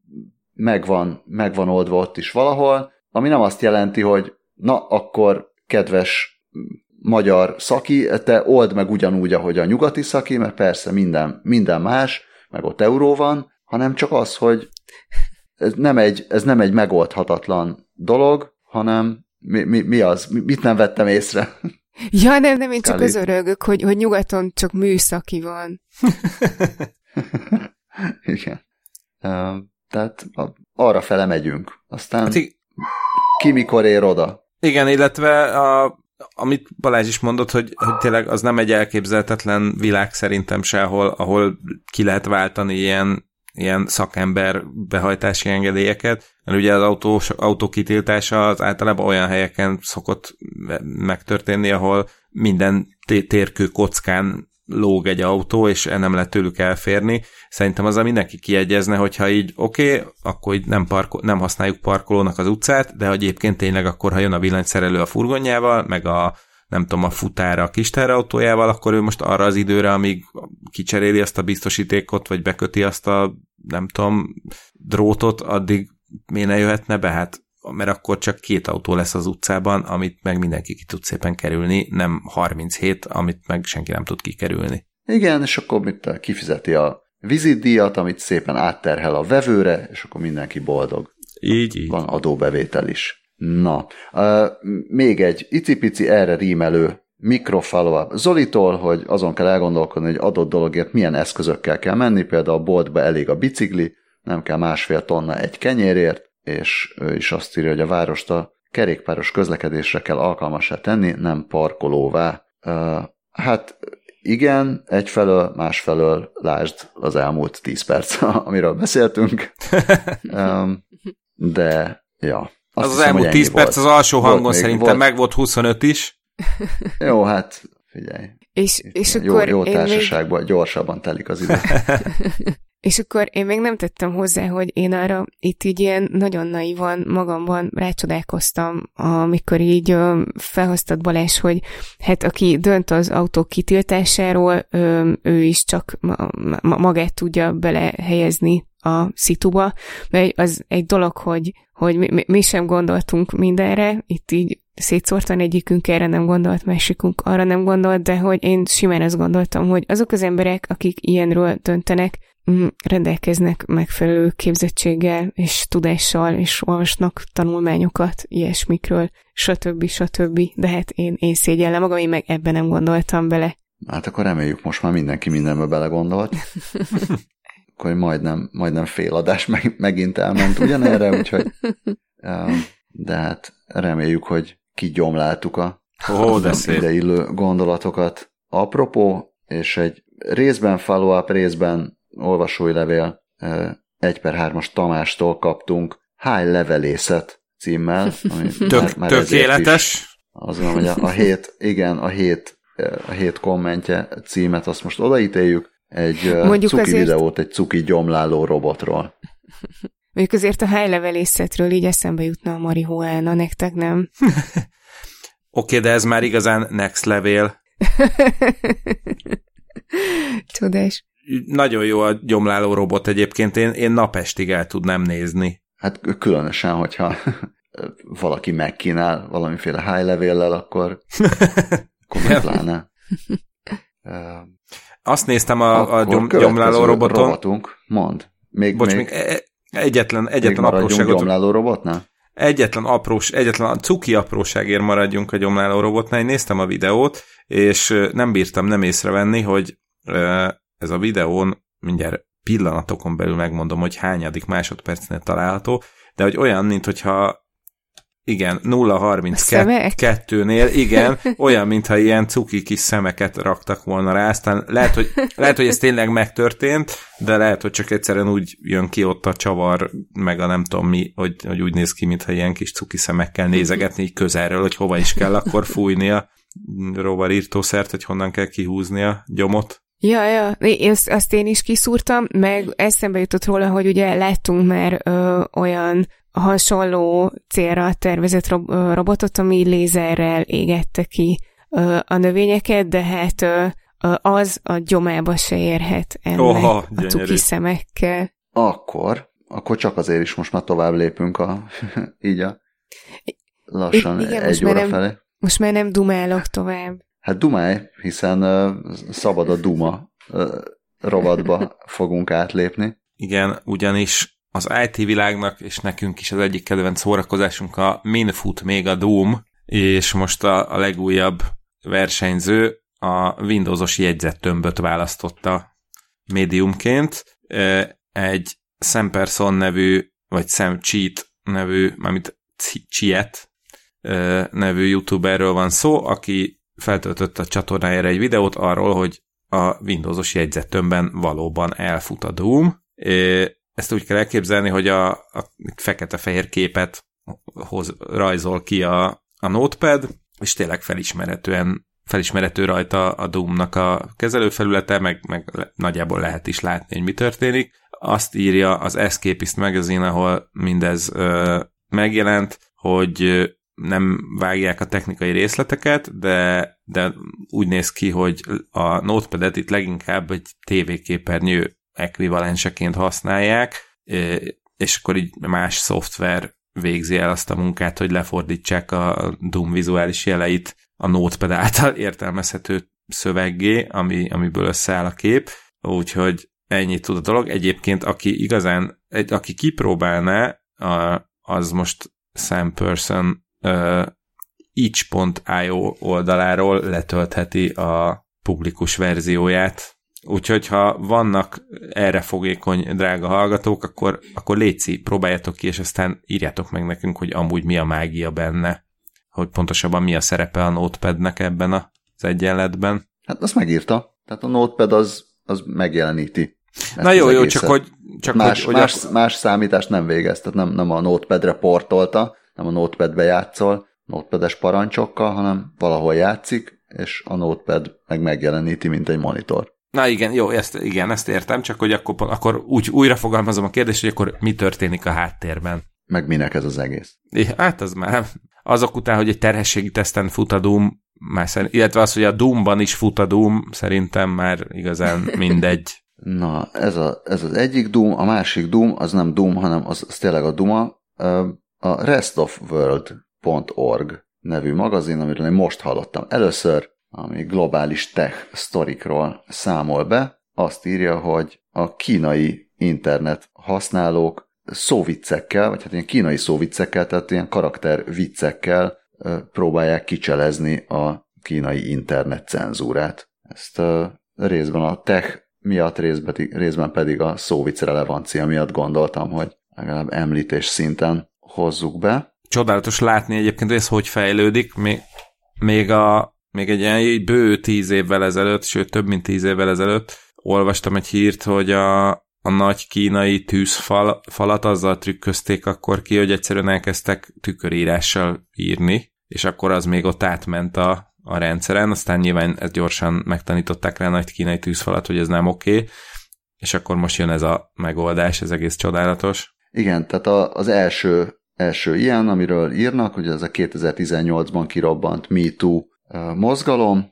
megvan, megvan oldva ott is valahol, ami nem azt jelenti, hogy na, akkor kedves magyar szaki, te old meg ugyanúgy, ahogy a nyugati szaki, mert persze minden, minden más, meg ott euró van, hanem csak az, hogy ez nem egy, ez nem egy megoldhatatlan dolog, hanem mi, mi, mi az? Mit nem vettem észre? Ja, nem, nem, én csak az örögök, hogy, hogy nyugaton csak műszaki van. Igen. Tehát arra fele megyünk. Aztán hát í- ki mikor ér oda. Igen, illetve a amit Balázs is mondott, hogy, hogy tényleg az nem egy elképzelhetetlen világ szerintem se, ahol, ahol ki lehet váltani ilyen, ilyen szakember behajtási engedélyeket, mert ugye az autó, autó kitiltása az általában olyan helyeken szokott megtörténni, ahol minden térkő kockán lóg egy autó, és nem lehet tőlük elférni. Szerintem azzal mindenki kiegyezne, hogyha így oké, okay, akkor így nem, parko- nem használjuk parkolónak az utcát, de egyébként tényleg akkor, ha jön a villanyszerelő a furgonjával, meg a nem tudom, a futára a kis terautójával, akkor ő most arra az időre, amíg kicseréli azt a biztosítékot, vagy beköti azt a nem tudom, drótot, addig miért ne jöhetne be? Hát mert akkor csak két autó lesz az utcában, amit meg mindenki ki tud szépen kerülni, nem harminchét, amit meg senki nem tud kikerülni. Igen, és akkor mit kifizeti a vizitdíjat, amit szépen átterhel a vevőre, és akkor mindenki boldog. Így, így. Van adóbevétel is. Na, uh, még egy icipici erre rímelő mikrofollow-up Zolitól, hogy azon kell elgondolkodni, hogy adott dologért milyen eszközökkel kell menni, például a boltba elég a bicikli, nem kell másfél tonna egy kenyérért, és ő is azt írja, hogy a várost a kerékpáros közlekedésre kell alkalmassá tenni, nem parkolóvá. Uh, hát igen, egyfelől, másfelől lásd az elmúlt tíz perc, amiről beszéltünk. um, de, ja. Az hiszem, az elmúlt tíz perc az alsó hangon volt szerintem volt... meg volt huszonöt is. Jó, hát figyelj. És, és jó, akkor jó társaságban még... gyorsabban telik az idő. És akkor én még nem tettem hozzá, hogy én arra itt így ilyen nagyon naivan magamban rácsodálkoztam, amikor így ö, felhoztad Balázs, hogy hát aki dönt az autók kitiltásáról, ö, ő is csak ma, ma, magát tudja belehelyezni a szituba, mert az egy dolog, hogy, hogy mi, mi sem gondoltunk mindenre, itt így szétszórtan egyikünk erre nem gondolt, másikunk arra nem gondolt, de hogy én simán azt gondoltam, hogy azok az emberek, akik ilyenről döntenek, rendelkeznek megfelelő képzettséggel és tudással, és olvasnak tanulmányokat ilyesmikről, stb. stb. De hát én, én szégyellem magam, én meg ebben nem gondoltam bele. Hát akkor reméljük, most már mindenki mindenbe belegondolt. Akkor majdnem, majdnem fél adás meg, megint elment ugyanerre, úgyhogy de hát reméljük, hogy kigyomláltuk a oh, de ide illő gondolatokat. Apropó, és egy részben follow-up, részben olvasói levél egy per hármas Tamástól kaptunk High Levelészet címmel. Ami Tök, már, már tökéletes. Azt mondom, hogy a, a hét, igen, a hét, a hét kommentje címet azt most odaítéljük. Egy Mondjuk cuki azért... videót egy cuki gyomláló robotról. Mondjuk azért a high levelészetről így eszembe jutna a marihuána, nektek nem? Oké, okay, de ez már igazán next level. Csodás. Nagyon jó a gyomláló robot egyébként, én, én napestig el tudnám nézni. Hát különösen, hogyha valaki megkínál valamiféle high level-lel, akkor, akkor meg pláne. Azt néztem a, a gyom, gyomláló roboton. Robotunk, mond. Még, Bocs, még, még egyetlen, egyetlen apróságot. Gyomláló robotnál? Egyetlen aprós, egyetlen cuki apróságért maradjunk a gyomláló robotnál. Én néztem a videót, és nem bírtam nem észrevenni, hogy ez a videón, mindjárt pillanatokon belül megmondom, hogy hányadik másodpercnél található, de hogy olyan, mint hogyha igen, nulla harminckettőnél, igen, olyan, mintha ilyen cuki kis szemeket raktak volna rá, aztán lehet, hogy, lehet, hogy ez tényleg megtörtént, de lehet, hogy csak egyszerűen úgy jön ki ott a csavar, meg a nem tudom mi, hogy, hogy úgy néz ki, mintha ilyen kis cuki szemekkel nézegetni így közelről, hogy hova is kell akkor fújni a rovarírtószert, hogy honnan kell kihúzni a gyomot. Ja, ja, azt, azt én is kiszúrtam, meg eszembe jutott róla, hogy ugye láttunk már ö, olyan hasonló célra tervezett rob- robotot, ami lézerrel égette ki ö, a növényeket, de hát ö, az a gyomába se érhet ennek Oha, a cuki szemekkel. Akkor, akkor csak azért is most már tovább lépünk a, így a lassan I- igen, egy óra nem, felé. Most már nem dumálok tovább. Hát dumálj, hiszen uh, szabad a duma uh, rovatba fogunk átlépni. Igen, ugyanis az i té világnak, és nekünk is az egyik kedvenc szórakozásunk a Min fut még a Doom, és most a, a legújabb versenyző a Windowsos jegyzettömböt választotta médiumként. Egy Sam Person nevű, vagy Sam Cheat nevű, mármint Chiet nevű youtuberről van szó, aki feltöltött a csatornájára egy videót arról, hogy a Windowsos jegyzettömbben valóban elfut a Doom. Ezt úgy kell elképzelni, hogy a, a fekete-fehér képet hoz, rajzol ki a, a Notepad, és tényleg felismerhetően felismerhető rajta a Doom-nak a kezelőfelülete, meg, meg nagyjából lehet is látni, hogy mi történik. Azt írja az Escapist magazine, ahol mindez ö, megjelent, hogy nem vágják a technikai részleteket, de, de úgy néz ki, hogy a Notepadet itt leginkább egy tévéképernyő ekvivalenseként használják, és akkor így más szoftver végzi el azt a munkát, hogy lefordítsák a Doom vizuális jeleit a Notepad által értelmezhető szöveggé, ami, amiből összeáll a kép, úgyhogy ennyit tud a dolog. Egyébként, aki igazán, aki kipróbálná a, az most Sam Person uh, itch pont io oldaláról letöltheti a publikus verzióját. Úgyhogy ha vannak erre fogékony drága hallgatók, akkor, akkor létszi, próbáljátok ki, és aztán írjátok meg nekünk, hogy amúgy mi a mágia benne, hogy pontosabban mi a szerepe a Notepadnek ebben az egyenletben. Hát azt megírta. Tehát a Notepad az, az megjeleníti. Na jó, jó, csak hogy... Csak más, hogy, más, hogy más számítást nem végez, tehát nem, nem a Notepadre portolta, nem a Notepadbe játszol, Notepad-es parancsokkal, hanem valahol játszik, és a Notepad meg megjeleníti, mint egy monitor. Na igen, jó, ezt, igen, ezt értem, csak hogy akkor, akkor úgy újra fogalmazom a kérdést, hogy akkor mi történik a háttérben. Meg minek ez az egész? É, hát az már azok után, hogy egy terhességi teszten fut a Doom, már szerint, illetve az, hogy a Doomban is fut a Doom, szerintem már igazán mindegy. Na, ez, a, ez az egyik Doom, a másik Doom, az nem Doom, hanem az, az tényleg a Duma. A rest of world pont org nevű magazin, amiről én most hallottam először, ami globális tech sztorikról számol be, azt írja, hogy a kínai internet használók szóviccekkel, vagy hát ilyen kínai szóviccekkel, tehát ilyen karakterviccekkel próbálják kicselezni a kínai internet cenzúrát. Ezt részben a tech miatt, részben pedig a szóvic relevancia miatt gondoltam, hogy legalább említés szinten hozzuk be. Csodálatos látni egyébként, hogy ez hogy fejlődik. Még, még, a, még egy ilyen bő tíz évvel ezelőtt, sőt több mint tíz évvel ezelőtt olvastam egy hírt, hogy a, a nagy kínai tűzfalat azzal trükközték akkor ki, hogy egyszerűen elkezdtek tükörírással írni, és akkor az még ott átment a, a rendszeren, aztán nyilván ezt gyorsan megtanították rá a nagy kínai tűzfalat, hogy ez nem oké, okay, és akkor most jön ez a megoldás, ez egész csodálatos. Igen, tehát a, az első első ilyen, amiről írnak, hogy ez a kétezer-tizennyolcban kirobbant MeToo mozgalom.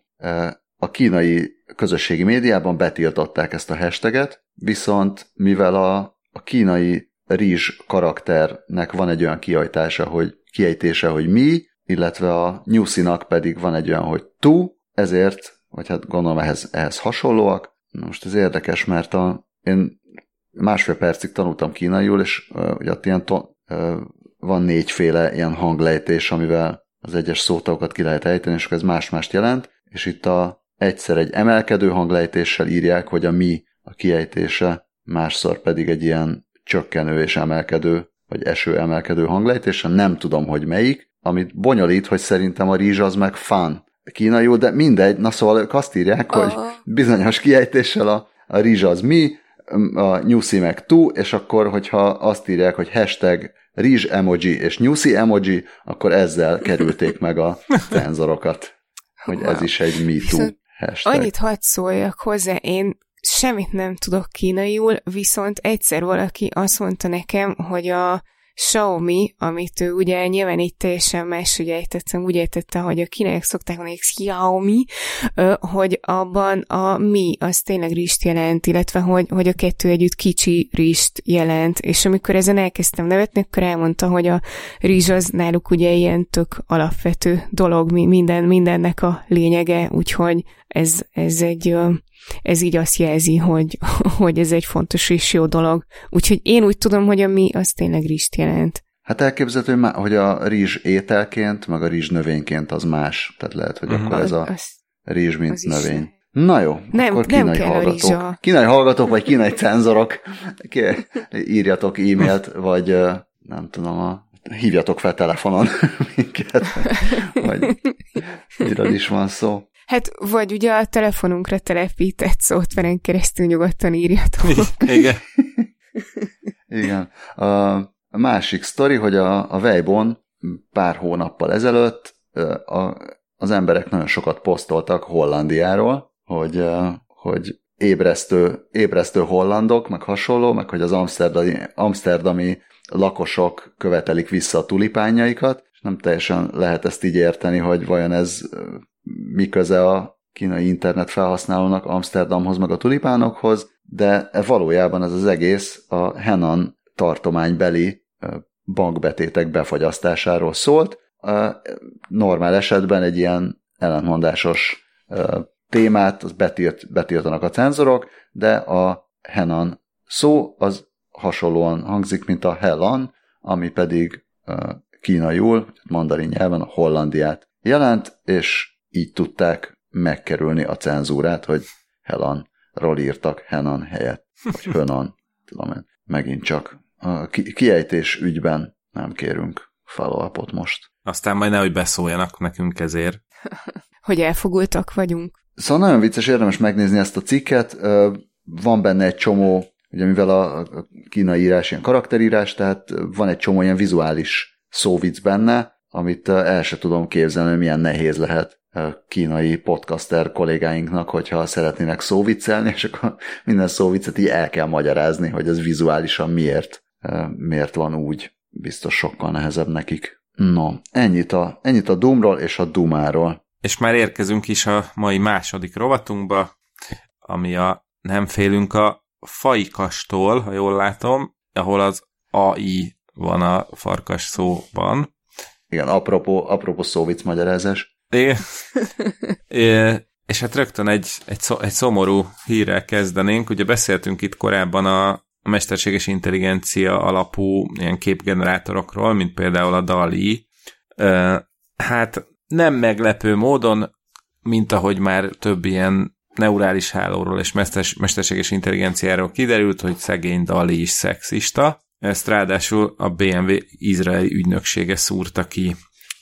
A kínai közösségi médiában betiltották ezt a hashtaget, viszont mivel a, a kínai rizs karakternek van egy olyan kiejtése, hogy, kiejtése, hogy mi, illetve a nyuszinak pedig van egy olyan, hogy tu, ezért, vagy hát gondolom ehhez, ehhez hasonlóak. Most ez érdekes, mert a, én másfél percig tanultam kínaiul, és uh, ugye ott ilyen ton, uh, van négyféle ilyen hanglejtés, amivel az egyes szótagokat ki lehet ejteni, és ez más-mást jelent, és itt a, egyszer egy emelkedő hanglejtéssel írják, hogy a mi a kiejtése, másszor pedig egy ilyen csökkenő és emelkedő, vagy eső emelkedő hanglejtéssel, nem tudom, hogy melyik, amit bonyolít, hogy szerintem a rizs az meg fán kínaiul, de mindegy, na szóval ők azt írják, hogy bizonyos kiejtéssel a, a rizs az mi, a nyuszi meg tu, és akkor, hogyha azt írják, hogy hashtag rizs emoji és nyuszi emoji, akkor ezzel kerülték meg a cenzorokat, hogy wow. Ez is egy MeToo hashtag. Annyit hadd szóljak hozzá, én semmit nem tudok kínaiul, viszont egyszer valaki azt mondta nekem, hogy a Xiaomi, amit ő ugye nyilván így teljesen máshogy ejtettem, úgy ejtette, hogy a kínaiak szokták mondani Xiaomi, hogy abban a mi az tényleg rizst jelent, illetve hogy, hogy a kettő együtt kicsi rizst jelent, és amikor ezen elkezdtem nevetni, akkor elmondta, hogy a rizs az náluk ugye ilyen tök alapvető dolog, minden, mindennek a lényege, úgyhogy ez, ez egy... ez így azt jelzi, hogy, hogy ez egy fontos és jó dolog. Úgyhogy én úgy tudom, hogy a mi az tényleg rizst jelent. Hát elképzelhető, hogy a rizs ételként, meg a rizs növényként az más. Tehát lehet, hogy uh-huh. akkor ez a az, rizs, mint növény. Na jó, nem, akkor kínai nem hallgatók. Kínai hallgatók, vagy kínai cenzorok, írjatok e-mailt, vagy nem tudom, a, hívjatok fel telefonon minket, vagy miről is van szó. Hát, vagy ugye a telefonunkra telepített szoftveren keresztül nyugodtan írjatok. Igen. Igen. A másik sztori, hogy a, a Weibo-n pár hónappal ezelőtt a, az emberek nagyon sokat posztoltak Hollandiáról, hogy, hogy ébresztő, ébresztő hollandok, meg hasonló, meg hogy az amsterdami, amsterdami lakosok követelik vissza a tulipánjaikat, és nem teljesen lehet ezt így érteni, hogy vajon ez mi köze a kínai internet felhasználónak Amsterdamhoz, meg a tulipánokhoz, de valójában ez az egész a Henan tartománybeli bankbetétek befagyasztásáról szólt. Normál esetben egy ilyen ellentmondásos témát az betilt, betiltanak a cenzorok, de a Henan szó az hasonlóan hangzik, mint a Helan, ami pedig uh, kínaiul, mandarin nyelven a Hollandiát jelent, és így tudták megkerülni a cenzúrát, hogy Helan-ról írtak Henan helyett, vagy Hönan, tudom én. Megint csak a kiejtés ügyben nem kérünk follow-upot most. Aztán majd nehogy beszóljanak nekünk ezért. Hogy elfogultak vagyunk. Szóval nagyon vicces, érdemes megnézni ezt a cikket. Van benne egy csomó, ugye mivel a kínai írás ilyen karakterírás, tehát van egy csomó ilyen vizuális szóvic benne, amit el se tudom képzelni, hogy milyen nehéz lehet kínai podcaster kollégáinknak, hogyha szeretnének szóviccelni, és akkor minden szóviccet így el kell magyarázni, hogy ez vizuálisan miért, miért van úgy. Biztos sokkal nehezebb nekik. No, ennyit a, ennyit a Doomról és a Doomáról. És már érkezünk is a mai második rovatunkba, ami a nem félünk a Faikastól, ha jól látom, ahol az á i van a farkas szóban. Igen, apropó, apropó szóvic magyarázás. Igen. é, és hát rögtön egy, egy, egy szomorú hírrel kezdenénk. Ugye beszéltünk itt korábban a, a mesterséges intelligencia alapú ilyen képgenerátorokról, mint például a DALL-E. Hát nem meglepő módon, mint ahogy már több ilyen neurális hálóról és mesters, mesterséges intelligenciáról kiderült, hogy szegény DALL-E is szexista. Ezt ráadásul a bé em vé izraeli ügynöksége szúrta ki.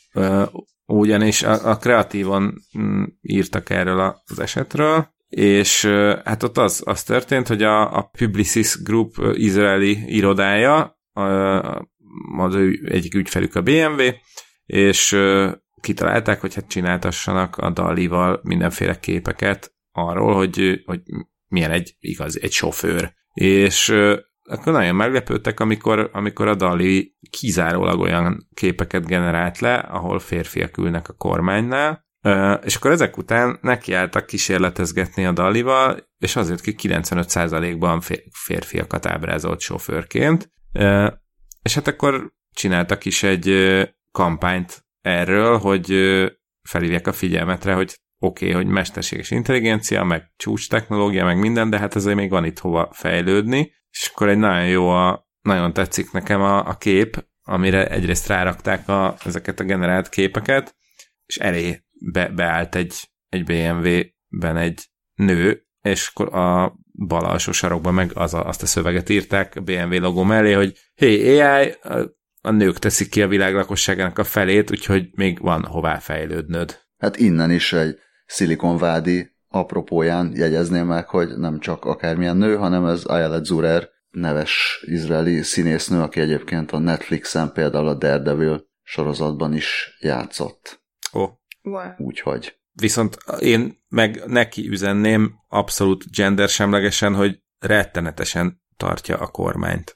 Ugyanis a, a kreatívan írtak erről az esetről, és hát ott az, az történt, hogy a, a Publicis Group izraeli irodája, a, az ő egyik ügyfelük a bé em vé, és kitalálták, hogy hát csináltassanak a DALL-E-val mindenféle képeket arról, hogy, hogy milyen egy igaz, egy sofőr. És akkor nagyon meglepődtek, amikor, amikor a DALL-E kizárólag olyan képeket generált le, ahol férfiak ülnek a kormánynál, és akkor ezek után nekiálltak kísérletezgetni a DALL-E-val, és azért ki kilencvenöt százalékban férfiakat ábrázolt sofőrként, és hát akkor csináltak is egy kampányt erről, hogy felhívják a figyelmetre, hogy oké, okay, hogy mesterséges intelligencia, meg csúcs technológia, meg minden, de hát ezért még van itt hova fejlődni, és akkor egy nagyon jó, a, nagyon tetszik nekem a, a kép, amire egyrészt rárakták a, ezeket a generált képeket, és elé be, beállt egy, egy bé em vé-ben egy nő, és akkor a bal alsó sarokban meg az a, azt a szöveget írták a bé em vé logó mellé, hogy hey, á i, a, a nők teszik ki a világ lakosságának a felét, úgyhogy még van hová fejlődnöd. Hát innen is egy szilikonvádi apropóján jegyezném meg, hogy nem csak akármilyen nő, hanem ez Ayelet Zurer neves izraeli színésznő, aki egyébként a Netflixen például a Daredevil sorozatban is játszott. Ó. Oh. Wow. Úgyhogy. Viszont én meg neki üzenném abszolút gendersemlegesen, hogy rettenetesen tartja a kormányt.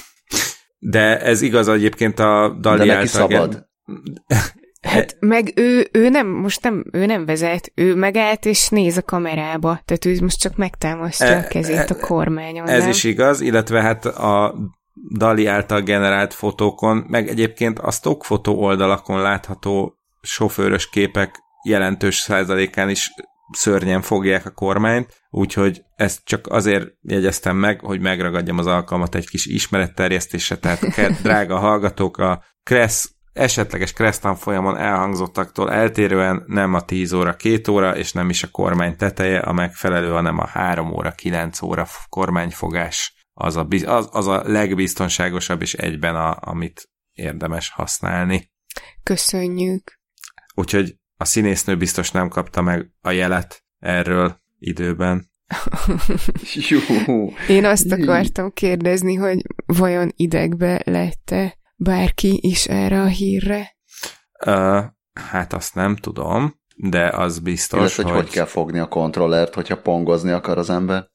De ez igaz egyébként a DALL-E által. De neki szabad. Hát meg ő, ő nem, most nem, ő nem vezet, ő megállt és néz a kamerába, tehát ő most csak megtámasztja e, a kezét a kormányon. Ez nem? is igaz, illetve hát a DALL-E által generált fotókon, meg egyébként a stockfotó oldalakon látható sofőrös képek jelentős százalékán is szörnyen fogják a kormányt, úgyhogy ezt csak azért jegyeztem meg, hogy megragadjam az alkalmat egy kis ismeretterjesztésre, tehát drága hallgatók, a Kressz esetleges Kressz tanfolyamon elhangzottaktól eltérően nem a tíz óra két óra, és nem is a kormány teteje a megfelelő, hanem a három óra kilenc óra kormányfogás az a, az, az a legbiztonságosabb, és egyben a, amit érdemes használni. Köszönjük. Úgyhogy a színésznő biztos nem kapta meg a jelet erről időben. Jó. Én azt akartam kérdezni, hogy vajon idegbe lett-e bárki is erre a hírre? Uh, hát azt nem tudom, de az biztos, Illetve, hogy... hogy... hogy kell fogni a kontrollert, hogyha pongozni akar az ember?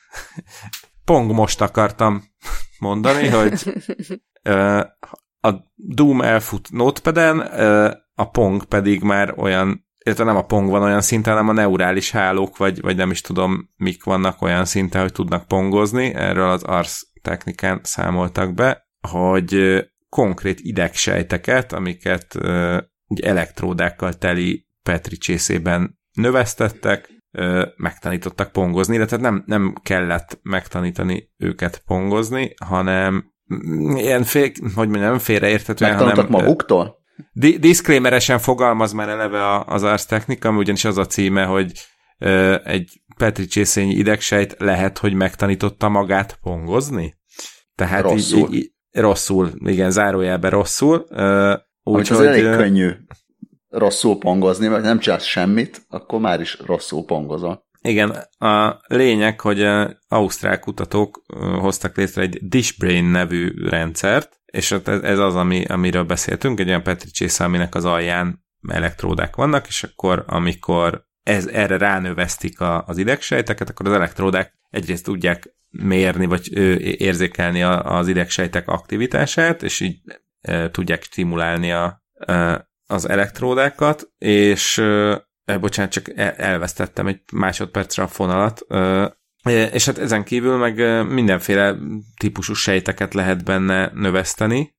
Pong most akartam mondani, hogy uh, a Doom elfut Notepaden, uh, a Pong pedig már olyan, illetve nem a Pong van olyan szinten, hanem a neurális hálók, vagy, vagy nem is tudom, mik vannak olyan szinten, hogy tudnak pongozni. Erről az Ars Technikán számoltak be, hogy uh, konkrét idegsejteket, amiket uh, elektródákkal teli Petri csészében növesztettek, uh, megtanítottak pongozni, illetve nem, nem kellett megtanítani őket pongozni, hanem ilyen fél, hogy mondjam, félreérthetően, hanem... Megtanultak maguktól? Di- diszklémeresen fogalmaz már eleve az Ars Technica, ami ugyanis az a címe, hogy ö, egy petricsészényi idegsejt lehet, hogy megtanította magát pongozni. Tehát rosszul. Így, így, rosszul, igen, zárójelben rosszul. Ö, úgy, hogy elég könnyű rosszul pongozni, mert nem csinálsz semmit, akkor már is rosszul pongozol. Igen, a lényeg, hogy ausztrál kutatók hoztak létre egy Dishbrain nevű rendszert, és ez az, ami, amiről beszéltünk, egy olyan petricsésze, aminek az alján elektródák vannak, és akkor amikor ez, erre ránövesztik a, az idegsejteket, akkor az elektródák egyrészt tudják mérni, vagy érzékelni az idegsejtek aktivitását, és így e, tudják stimulálni a, e, az elektródákat, és e, bocsánat, csak elvesztettem egy másodpercre a fonalat, e, és hát ezen kívül meg mindenféle típusú sejteket lehet benne növeszteni,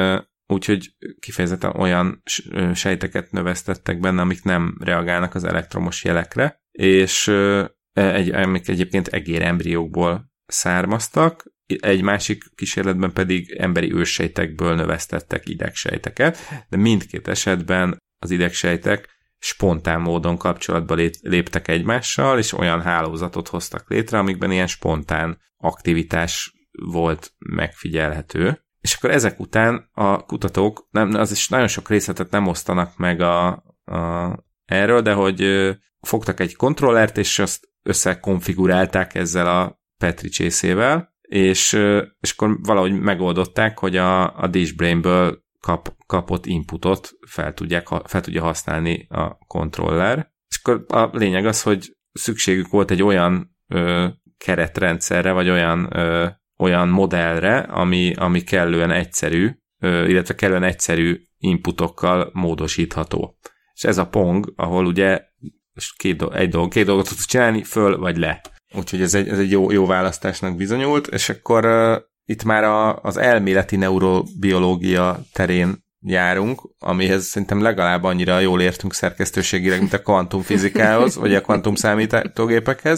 úgyhogy kifejezetten olyan sejteket növesztettek benne, amik nem reagálnak az elektromos jelekre, és egy, amik egyébként egérembriókból származtak, egy másik kísérletben pedig emberi őssejtekből növesztettek idegsejteket, de mindkét esetben az idegsejtek spontán módon kapcsolatba léptek egymással, és olyan hálózatot hoztak létre, amikben ilyen spontán aktivitás volt megfigyelhető. És akkor ezek után a kutatók, nem, az is nagyon sok részletet nem osztanak meg a, a, erről, de hogy ö, fogtak egy kontrollert, és azt összekonfigurálták ezzel a Petri csészével, és, ö, és akkor valahogy megoldották, hogy a, a Dishbrainből kap, kapott inputot fel, tudják, fel tudja használni a kontroller. És akkor a lényeg az, hogy szükségük volt egy olyan ö, keretrendszerre, vagy olyan ö, olyan modellre, ami, ami kellően egyszerű, illetve kellően egyszerű inputokkal módosítható. És ez a Pong, ahol ugye két, egy dolog, két dolgot tudsz csinálni, föl vagy le. Úgyhogy ez egy, ez egy jó, jó választásnak bizonyult, és akkor uh, itt már a, az elméleti neurobiológia terén járunk, amihez szerintem legalább annyira jól értünk szerkesztőségileg, mint a kvantumfizikához, vagy a kvantum számítógépekhez.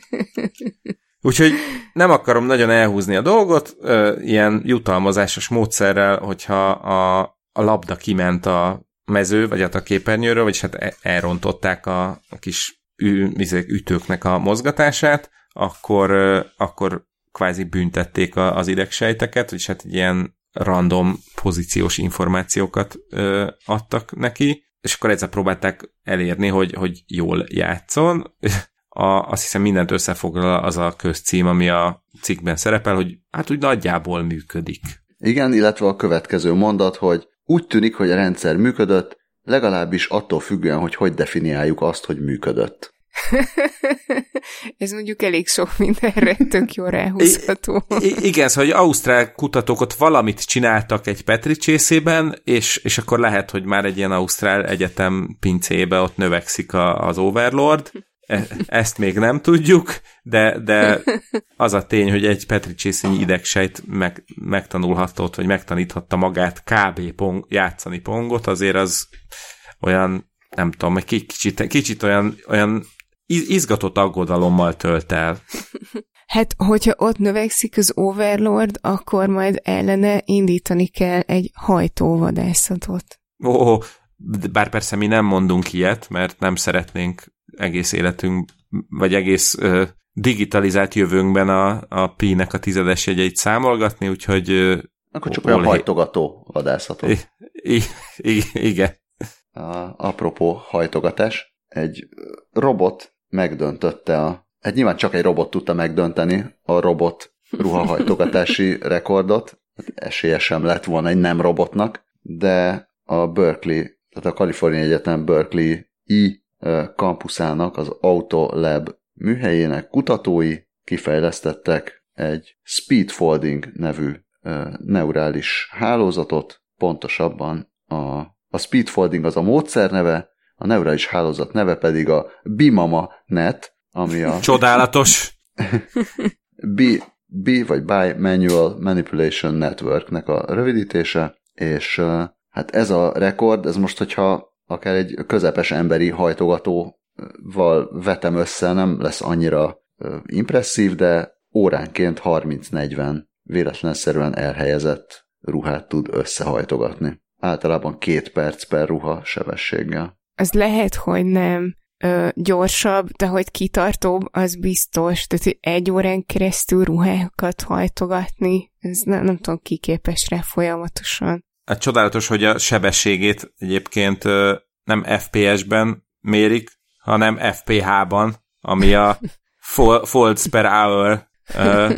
Úgyhogy nem akarom nagyon elhúzni a dolgot, ilyen jutalmazásos módszerrel, hogyha a, a labda kiment a mező, vagy hát a képernyőről, vagyis hát elrontották a, a kis ü, ütőknek a mozgatását, akkor, akkor kvázi büntették az idegsejteket, vagyis hát ilyen random pozíciós információkat adtak neki, és akkor ezzel próbálták elérni, hogy, hogy jól játszon. A, azt hiszem mindent összefoglal az a közcím, ami a cikkben szerepel, hogy hát úgy nagyjából működik. Igen, illetve a következő mondat, hogy úgy tűnik, hogy a rendszer működött, legalábbis attól függően, hogy hogy definiáljuk azt, hogy működött. Ez mondjuk elég sok mindenre tök jól ráhúzható. I- igen, szóval, hogy ausztrál kutatók ott valamit csináltak egy Petri csészében, és, és akkor lehet, hogy már egy ilyen ausztrál egyetem pincébe ott növekszik a, az Overlord. Ezt még nem tudjuk, de, de az a tény, hogy egy Petri csészényi idegsejt meg, megtanulhatott, vagy megtaníthatta magát kb. Pong, játszani pongot, azért az olyan, nem tudom, egy kicsit, kicsit olyan, olyan izgatott aggodalommal tölt el. Hát, hogyha ott növekszik az Overlord, akkor majd ellene indítani kell egy hajtóvadászatot. Ó, bár persze mi nem mondunk ilyet, mert nem szeretnénk egész életünk, vagy egész uh, digitalizált jövőnkben a, a Pi-nek a tizedes jegyeit számolgatni, úgyhogy... Uh, Akkor csak olyan hajtogató vadászatot. I- I- I- igen. A, apropó hajtogatás, egy robot megdöntötte a... Hát nyilván csak egy robot tudta megdönteni a robot ruhahajtogatási rekordot. Hát esélye sem lett volna egy nem robotnak, de a Berkeley, tehát a Kalifornia Egyetem Berkeley I kampuszának, az Autolab műhelyének kutatói kifejlesztettek egy speedfolding nevű neurális hálózatot, pontosabban a, a speedfolding az a módszer neve, a neurális hálózat neve pedig a BIMAMA net, ami a... Csodálatos! B, B vagy Bimanual Manipulation Networknek a rövidítése, és hát ez a rekord, ez most, hogyha akár egy közepes emberi hajtogatóval vetem össze, nem lesz annyira impresszív, de óránként harminc-negyven véletlenszerűen elhelyezett ruhát tud összehajtogatni. Általában két perc per ruha sebességgel. Az lehet, hogy nem ö, gyorsabb, de hogy kitartóbb, az biztos. Tehát, hogy egy órán keresztül ruhákat hajtogatni, ez nem, nem tudom, ki képes rá folyamatosan. Hát csodálatos, hogy a sebességét egyébként ö, nem ef pé es-ben mérik, hanem ef pé há-ban, ami a folds per hour ö,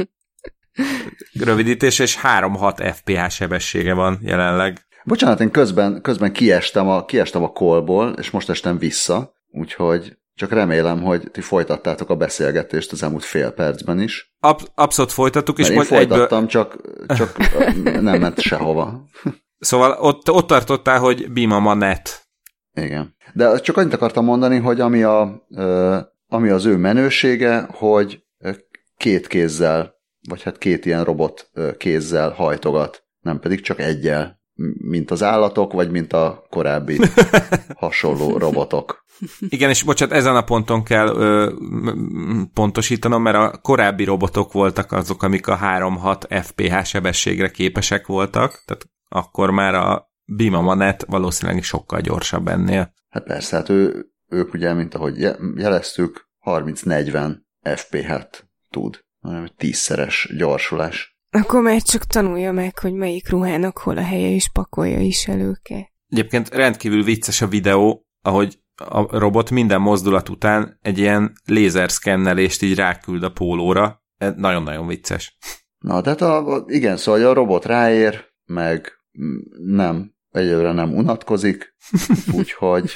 rövidítés, és három-hat ef pé há sebessége van jelenleg. Bocsánat, én közben, közben kiestem a, kiestem a callból, és most estem vissza, úgyhogy csak remélem, hogy ti folytattátok a beszélgetést az elmúlt fél percben is. Ab- abszolút folytattuk, és én most folytattam, egyből... csak, csak nem ment sehova. Szóval ott, ott tartottál, hogy Bimama net. Igen. De csak annyit akartam mondani, hogy ami, a, ami az ő menősége, hogy két kézzel, vagy hát két ilyen robot kézzel hajtogat, nem pedig csak egyel, mint az állatok, vagy mint a korábbi hasonló robotok. Igen, és bocsánat, ezen a ponton kell ö, pontosítanom, mert a korábbi robotok voltak azok, amik a három-hat ef pé há sebességre képesek voltak, tehát akkor már a Bimama net valószínűleg sokkal gyorsabb ennél. Hát persze, hát ő, ők ugye, mint ahogy jeleztük, harminc-negyven ef pé há-t tud. Tízszeres gyorsulás. Akkor már csak tanulja meg, hogy melyik ruhának hol a helye, és pakolja is el őket. Egyébként rendkívül vicces a videó, ahogy a robot minden mozdulat után egy ilyen lézerszkennelést így ráküld a pólóra. Ez nagyon-nagyon vicces. Na, tehát a, igen, szóval a robot ráér, meg nem, egyelőre nem unatkozik, úgyhogy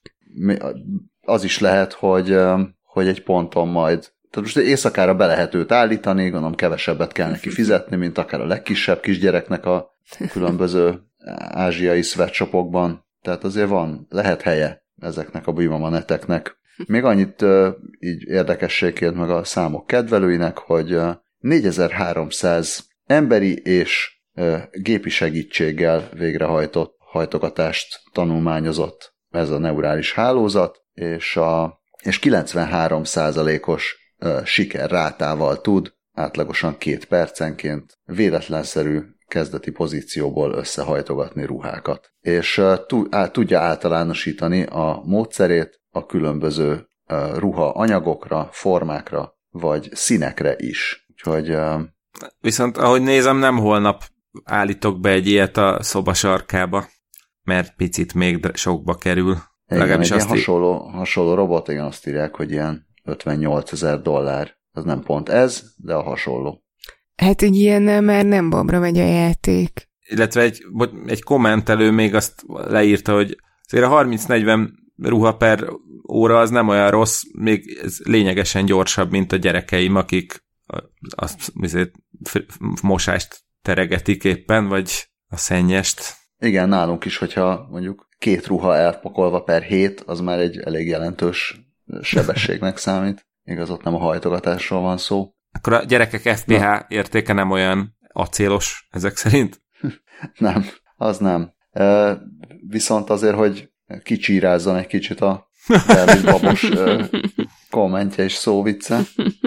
az is lehet, hogy, hogy egy ponton majd, tehát most éjszakára be lehet őt állítani, gondolom kevesebbet kell neki fizetni, mint akár a legkisebb kisgyereknek a különböző ázsiai sweatshopokban, tehát azért van, lehet helye ezeknek a Bimama neteknek. Még annyit uh, így érdekességként meg a számok kedvelőinek, hogy uh, négyezer-háromszáz emberi és uh, gépi segítséggel végrehajtott hajtogatást tanulmányozott ez a neurális hálózat, és, a, és kilencvenhárom százalékos uh, sikerrátával tud átlagosan két percenként véletlenszerű kezdeti pozícióból összehajtogatni ruhákat. És uh, tudja általánosítani a módszerét a különböző uh, ruha anyagokra, formákra, vagy színekre is. Úgyhogy... Uh, Viszont ahogy nézem, nem holnap állítok be egy ilyet a szoba sarkába, mert picit még sokba kerül. Igen, egy ilyen hasonló, hasonló robot, igen, azt írják, hogy ilyen ötvennyolcezer dollár. Ez nem pont ez, de a hasonló. Hát egy ilyennel már nem babra megy a játék. Illetve egy, egy kommentelő még azt leírta, hogy azért a harminc-negyven ruha per óra az nem olyan rossz, még ez lényegesen gyorsabb, mint a gyerekeim, akik azt azért mosást teregetik éppen, vagy a szennyest. Igen, nálunk is, hogyha mondjuk két ruha elpakolva per hét, az már egy elég jelentős sebességnek számít. Igaz, ott nem a hajtogatásról van szó. Akkor a gyerekek ef pé há Na. értéke nem olyan acélos ezek szerint? Nem, az nem. E, viszont azért, hogy kicsírázzon egy kicsit a Berlin babos e, kommentje és szóvicce.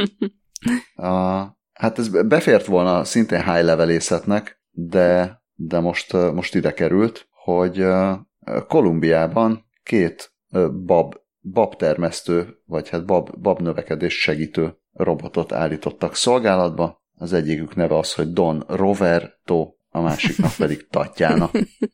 A, hát ez befért volna szintén high levelészetnek, de, de most, most ide került, hogy Kolumbiában két bab, babtermesztő, vagy hát bab, babnövekedést segítő robotot állítottak szolgálatba. Az egyikük neve az, hogy Don Roberto, a másiknak pedig Tatjana.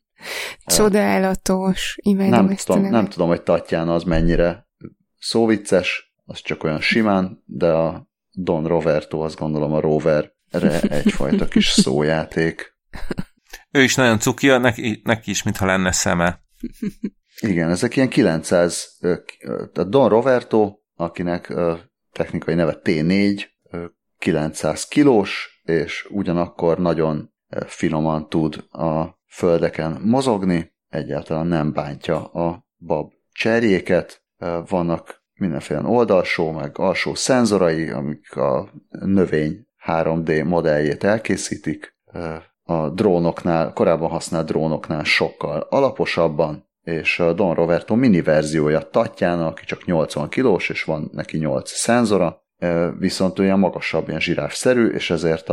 Csodálatos, imádom nem ezt tudom, a nevet. Nem tudom, hogy Tatjana az mennyire szóvicces, az csak olyan simán, de a Don Roberto, azt gondolom a Roverre egyfajta kis szójáték. Ő is nagyon cukia, neki, neki is mintha lenne szeme. Igen, ezek ilyen kilencszáz, tehát Don Roberto, akinek technikai neve té négy, kilencszáz kilós, és ugyanakkor nagyon finoman tud a földeken mozogni, egyáltalán nem bántja a bab cserjéket, vannak mindenféle oldalsó, meg alsó szenzorai, amik a növény három dé modelljét elkészítik, a drónoknál, korábban használt drónoknál sokkal alaposabban, és a Don Roberto mini verziója Tatjana, aki csak nyolcvan kilós, és van neki nyolc szenzora, viszont olyan magasabb, ilyen zsiráfszerű, és ezért a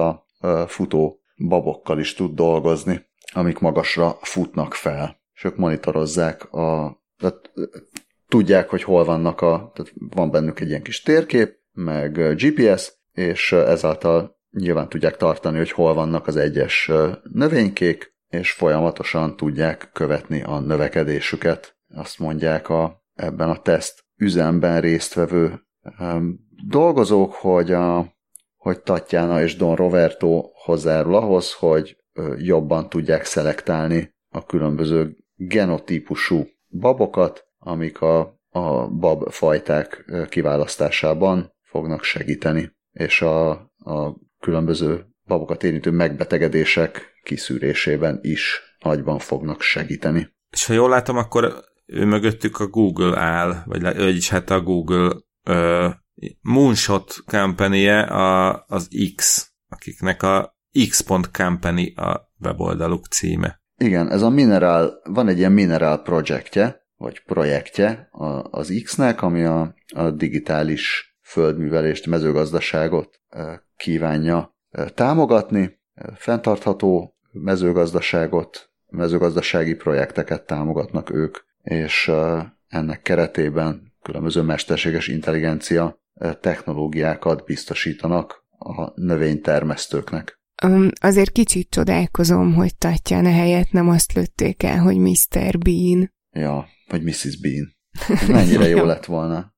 futó babokkal is tud dolgozni, amik magasra futnak fel. És ők monitorozzák a... Tehát, tudják, hogy hol vannak a... Tehát van bennük egy ilyen kis térkép, meg gé pé es, és ezáltal nyilván tudják tartani, hogy hol vannak az egyes növénykék, és folyamatosan tudják követni a növekedésüket. Azt mondják a, ebben a teszt üzemben résztvevő um, dolgozók, hogy, a, hogy Tatjana és Don Roberto hozzárul ahhoz, hogy uh, jobban tudják szelektálni a különböző genotípusú babokat, amik a, a bab fajták kiválasztásában fognak segíteni, és a, a különböző babokat érintő megbetegedések kiszűrésében is nagyban fognak segíteni. És ha jól látom, akkor ő mögöttük a Google áll, vagy vagyis hát a Google uh, Moonshot Company-je a, az X, akiknek a X pont Company a weboldaluk címe. Igen, ez a Mineral, van egy ilyen Mineral projektje, vagy projektje az X-nek, ami a, a digitális földművelést, mezőgazdaságot kívánja támogatni, fenntartható mezőgazdaságot, mezőgazdasági projekteket támogatnak ők, és ennek keretében különböző mesterséges intelligencia technológiákat biztosítanak a növénytermesztőknek. Um, azért kicsit csodálkozom, hogy Tatjana helyett nem azt lőtték el, hogy miszter Bean. Ja, vagy missziz Bean. Ez mennyire jó lett volna.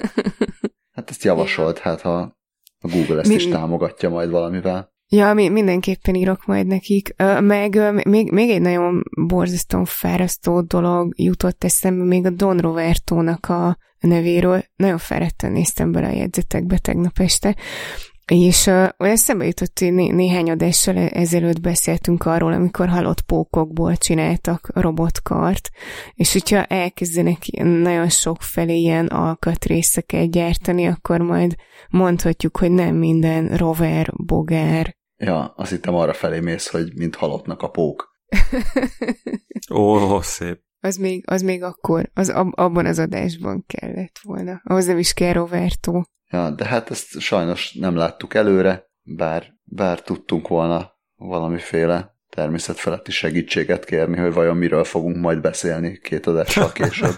Hát ezt javasolt, hát ha a Google ezt Min- is támogatja majd valamivel. Ja, mi, mindenképpen írok majd nekik. Uh, meg uh, még, még egy nagyon borzasztóan fárasztó dolog jutott eszembe még a Don Robertónak a nevéről. Nagyon fáradtan néztem bele a jegyzetekbe tegnap este. És uh, olyan szembe jutott, hogy né- néhány adással ezelőtt beszéltünk arról, amikor halott pókokból csináltak robotkart, és hogyha elkezdenek nagyon sok felé ilyen alkatrészeket gyártani, akkor majd mondhatjuk, hogy nem minden rover, bogár. Ja, azt hittem arra felé mész, hogy mint halottnak a pók. Ó, szép. Az még, az még akkor, az ab, abban az adásban kellett volna. Ahhoz nem is kell Roberto. Ja, de hát ezt sajnos nem láttuk előre, bár, bár tudtunk volna valamiféle természetfeletti segítséget kérni, hogy vajon miről fogunk majd beszélni két adással később.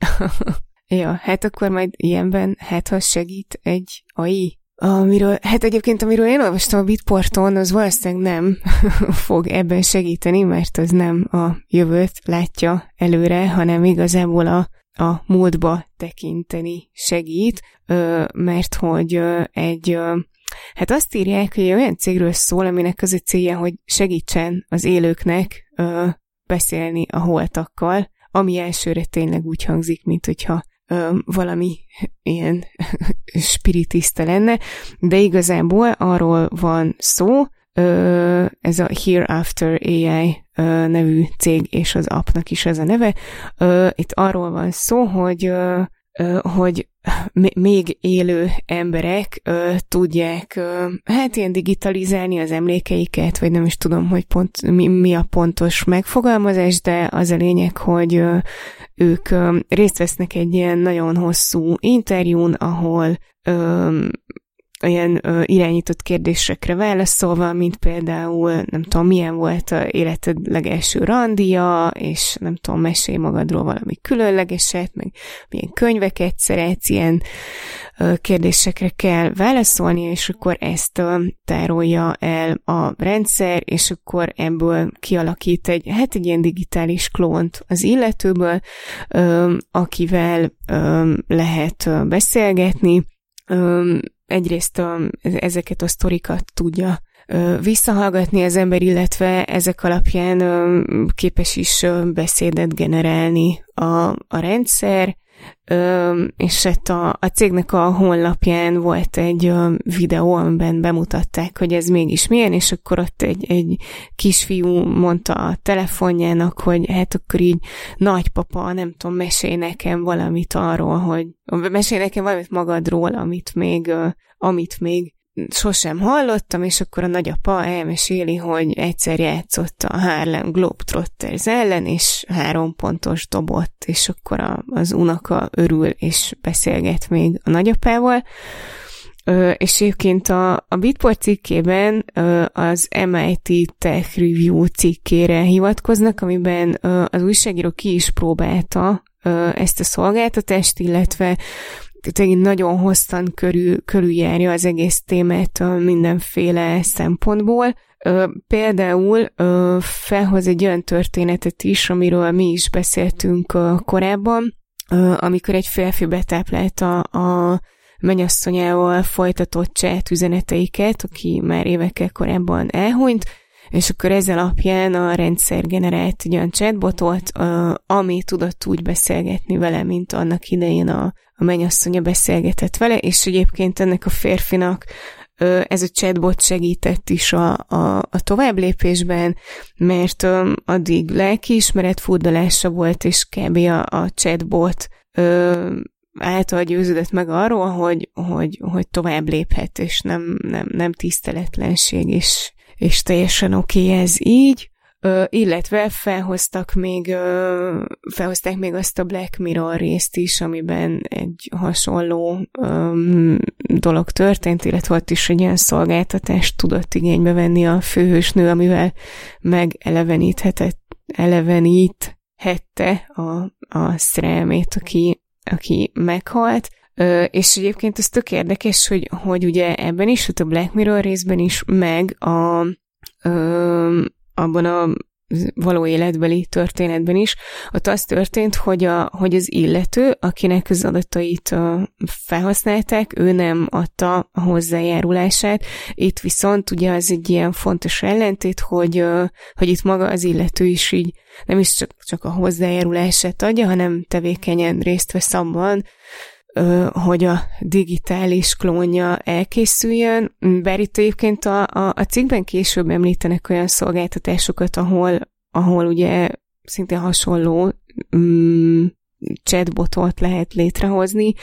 Ja, hát akkor majd ilyenben, hát ha segít egy á i. Amiről, hát egyébként, amiről én olvastam a Bitporton, az valószínűleg nem fog ebben segíteni, mert az nem a jövőt látja előre, hanem igazából a, a múltba tekinteni segít, mert hogy egy, hát azt írják, hogy olyan cégről szól, aminek az a célja, hogy segítsen az élőknek beszélni a holtakkal, ami elsőre tényleg úgy hangzik, mint hogyha valami ilyen spiritista lenne, de igazából arról van szó, ez a Hereafter á i nevű cég, és az appnak is ez a neve. Itt arról van szó, hogy, hogy még élő emberek tudják hát ilyen digitalizálni az emlékeiket, vagy nem is tudom, hogy pont mi, mi a pontos megfogalmazás, de az a lényeg, hogy ők részt vesznek egy ilyen nagyon hosszú interjún, ahol olyan ö, irányított kérdésekre válaszolva, mint például, nem tudom, milyen volt a életed legelső randia, és nem tudom, mesélj magadról valami különlegeset, meg milyen könyveket szeretsz, ilyen ö, kérdésekre kell válaszolni, és akkor ezt ö, tárolja el a rendszer, és akkor ebből kialakít egy, hát egy ilyen digitális klónt az illetőből, ö, akivel ö, lehet ö, beszélgetni, ö, egyrészt a, ezeket a sztorikat tudja ö, visszahallgatni az ember, illetve ezek alapján ö, képes is ö, beszédet generálni a, a rendszer, ö, és hát a, a cégnek a honlapján volt egy ö, videó, amiben bemutatták, hogy ez mégis milyen, és akkor ott egy, egy kisfiú mondta a telefonjának, hogy hát akkor így nagypapa, nem tudom, mesélj nekem valamit arról, hogy mesélj nekem valamit magadról, amit még, ö, amit még sosem hallottam, és akkor a nagyapa elmeséli, hogy egyszer játszott a Harlem Globetrotters ellen, és három pontos dobott, és akkor a, az unoka örül, és beszélget még a nagyapával. és egyébként a, a Bitport cikkében az em i té Tech Review cikkére hivatkoznak, amiben az újságíró ki is próbálta ezt a szolgáltatást, illetve nagyon hosszan körül, körüljárja az egész témát mindenféle szempontból. Például felhoz egy olyan történetet is, amiről mi is beszéltünk korábban, amikor egy férfi betáplálta a mennyasszonyával folytatott chat üzeneteiket, aki már évekkel korábban elhunyt, és akkor ezzel alapján a rendszer generált egy olyan chatbotot, ami tudott úgy beszélgetni vele, mint annak idején a, a mennyasszonya beszélgetett vele, és egyébként ennek a férfinak ez a chatbot segített is a, a, a továbblépésben, mert addig lelkiismeret furdalása volt, és kb. a, a chatbot által győződött meg arról, hogy, hogy, hogy tovább léphet, és nem, nem, nem tiszteletlenség, és, és teljesen oké okay ez így. Ö, illetve felhoztak még, ö, felhozták még azt a Black Mirror részt is, amiben egy hasonló ö, dolog történt, illetve ott is egy ilyen szolgáltatást tudott igénybe venni a főhősnő, amivel megeleveníthetett, eleveníthette a, a szerelmét, aki aki meghalt, Ö, és egyébként ez tök érdekes, hogy, hogy ugye ebben is, a Black Mirror részben is, meg a, ö, abban a való életbeli történetben is, ott az történt, hogy, a, hogy az illető, akinek az adatait uh, felhasználták, ő nem adta a hozzájárulását. Itt viszont ugye az egy ilyen fontos ellentét, hogy, uh, hogy itt maga az illető is így nem is csak, csak a hozzájárulását adja, hanem tevékenyen részt vesz abban, uh, hogy a digitális klónja elkészüljön. Bár itt egyébként a, a, a cikkben később említenek olyan szolgáltatásokat, ahol, ahol ugye szintén hasonló um, chatbotot lehet létrehozni,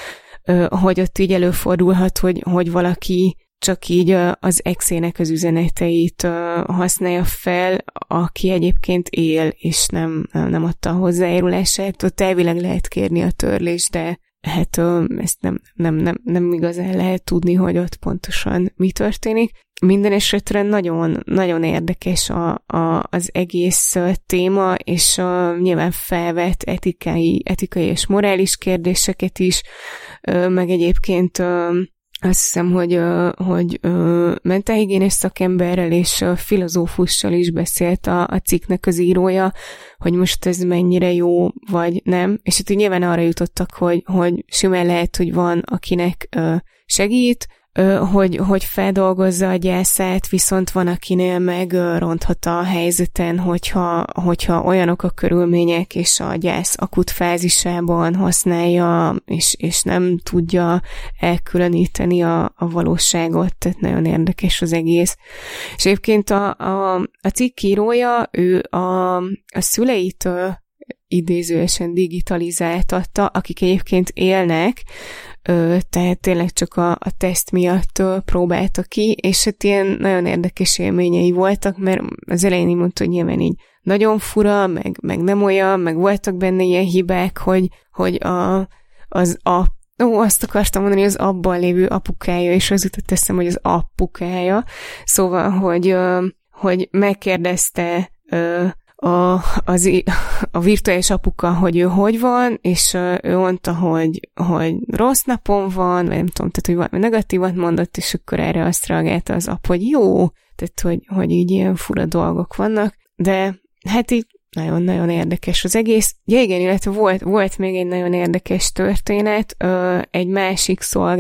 uh, hogy ott így előfordulhat, hogy, hogy valaki csak így az exének az üzeneteit használja fel, aki egyébként él, és nem, nem adta a hozzájárulását. Ott elvileg lehet kérni a törlést, de hát ezt nem, nem, nem, nem igazán lehet tudni, hogy ott pontosan mi történik. Minden esetre nagyon, nagyon érdekes a, a, az egész téma, és a, nyilván felvet etikai, etikai és morális kérdéseket is, meg egyébként azt hiszem, hogy, hogy mentálhigiénés szakemberrel és filozófussal is beszélt a, a cikknek az írója, hogy most ez mennyire jó, vagy nem. És hát nyilván arra jutottak, hogy, hogy simán lehet, hogy van, akinek segít, hogy, hogy feldolgozza a gyászát, viszont van, akinél meg ronthat a helyzeten, hogyha, hogyha olyanok a körülmények, és a gyász akut fázisában használja, és, és nem tudja elkülöníteni a, a valóságot, tehát nagyon érdekes az egész. És egyébként a, a, a cikk írója, ő a, a szüleitől idézőesen digitalizáltatta, akik egyébként élnek, Ö, tehát tényleg csak a, a teszt miatt ö, próbálta ki, és hát ilyen nagyon érdekes élményei voltak, mert az elején így mondta, hogy nyilván így nagyon fura, meg, meg nem olyan, meg voltak benne ilyen hibák, hogy, hogy a, az a ó, azt akartam mondani, hogy az abban lévő apukája, és az jutott eszem, hogy az apukája, szóval, hogy, ö, hogy megkérdezte ö, A, az, a virtuális apuka, hogy ő hogy van, és ő mondta, hogy, hogy rossz napon van, vagy nem tudom, tehát, hogy valami negatívat mondott, és akkor erre azt reagálta az ap, hogy jó, tehát, hogy, hogy így ilyen fura dolgok vannak, de hát így nagyon-nagyon érdekes az egész. Ja igen, illetve volt, volt még egy nagyon érdekes történet, egy másik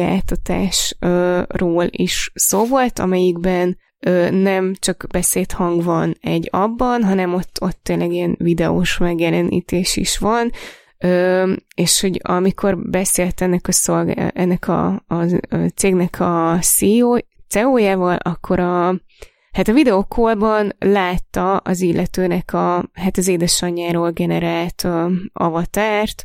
szolgáltatásról is szó volt, amelyikben nem csak beszédhang van egy abban, hanem ott, ott tényleg ilyen videós megjelenítés is van, és hogy amikor beszélt ennek a, szolgál, ennek a, a cégnek a cé e ó-jával, akkor a, hát a videókolban látta az illetőnek a, hát az édesanyjáról generált avatárt,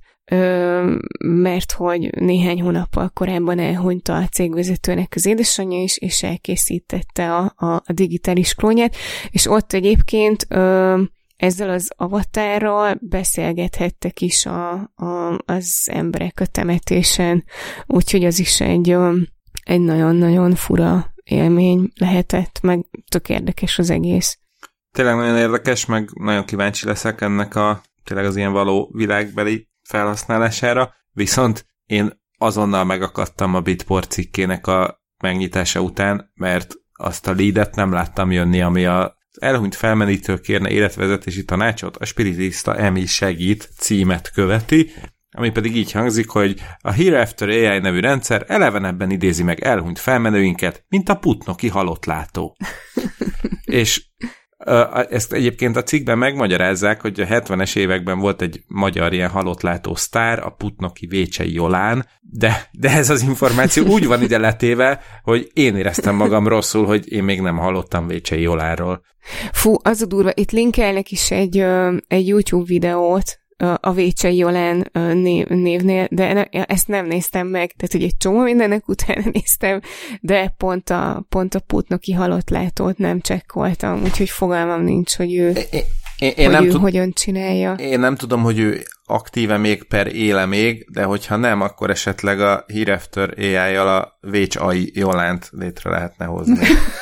mert hogy néhány hónappal korábban elhunyt a cégvezetőnek az édesanyja is, és elkészítette a, a, a digitális klónját, és ott egyébként ö, ezzel az avatárral beszélgethettek is a, a, az emberek a temetésen, úgyhogy az is egy, ö, egy nagyon-nagyon fura élmény lehetett, meg tök érdekes az egész. Tényleg nagyon érdekes, meg nagyon kíváncsi leszek ennek a tényleg az ilyen való világbeli felhasználására, viszont én azonnal megakadtam a Bitport cikkének a megnyitása után, mert azt a leadet nem láttam jönni, ami a elhunyt felmenítő kérne életvezetési tanácsot, a spiritista Emi segít címet követi, ami pedig így hangzik, hogy a Hereafter á i nevű rendszer elevenebben idézi meg elhunyt felmenőinket, mint a putnoki halottlátó. És ezt egyébként a cikkben megmagyarázzák, hogy a hetvenes években volt egy magyar ilyen halottlátó sztár, a putnoki Vécsei Jolán, de, de ez az információ úgy van ide letéve, hogy én éreztem magam rosszul, hogy én még nem hallottam Vécsei Jolánról. Fú, az a durva, itt linkelnek is egy, egy YouTube videót, a Vécsei Jolán név, névnél, de ne, ezt nem néztem meg, tehát hogy egy csomó mindennek utána néztem, de pont a, pont a putnoki halottlátót nem csekkoltam, úgyhogy fogalmam nincs, hogy ő, én, én, én hogy nem ő tud, hogyan csinálja. Én nem tudom, hogy ő aktíve még per éle még, de hogyha nem, akkor esetleg a Hereafter á i-jal a Vécsei Jolánt létre lehetne hozni.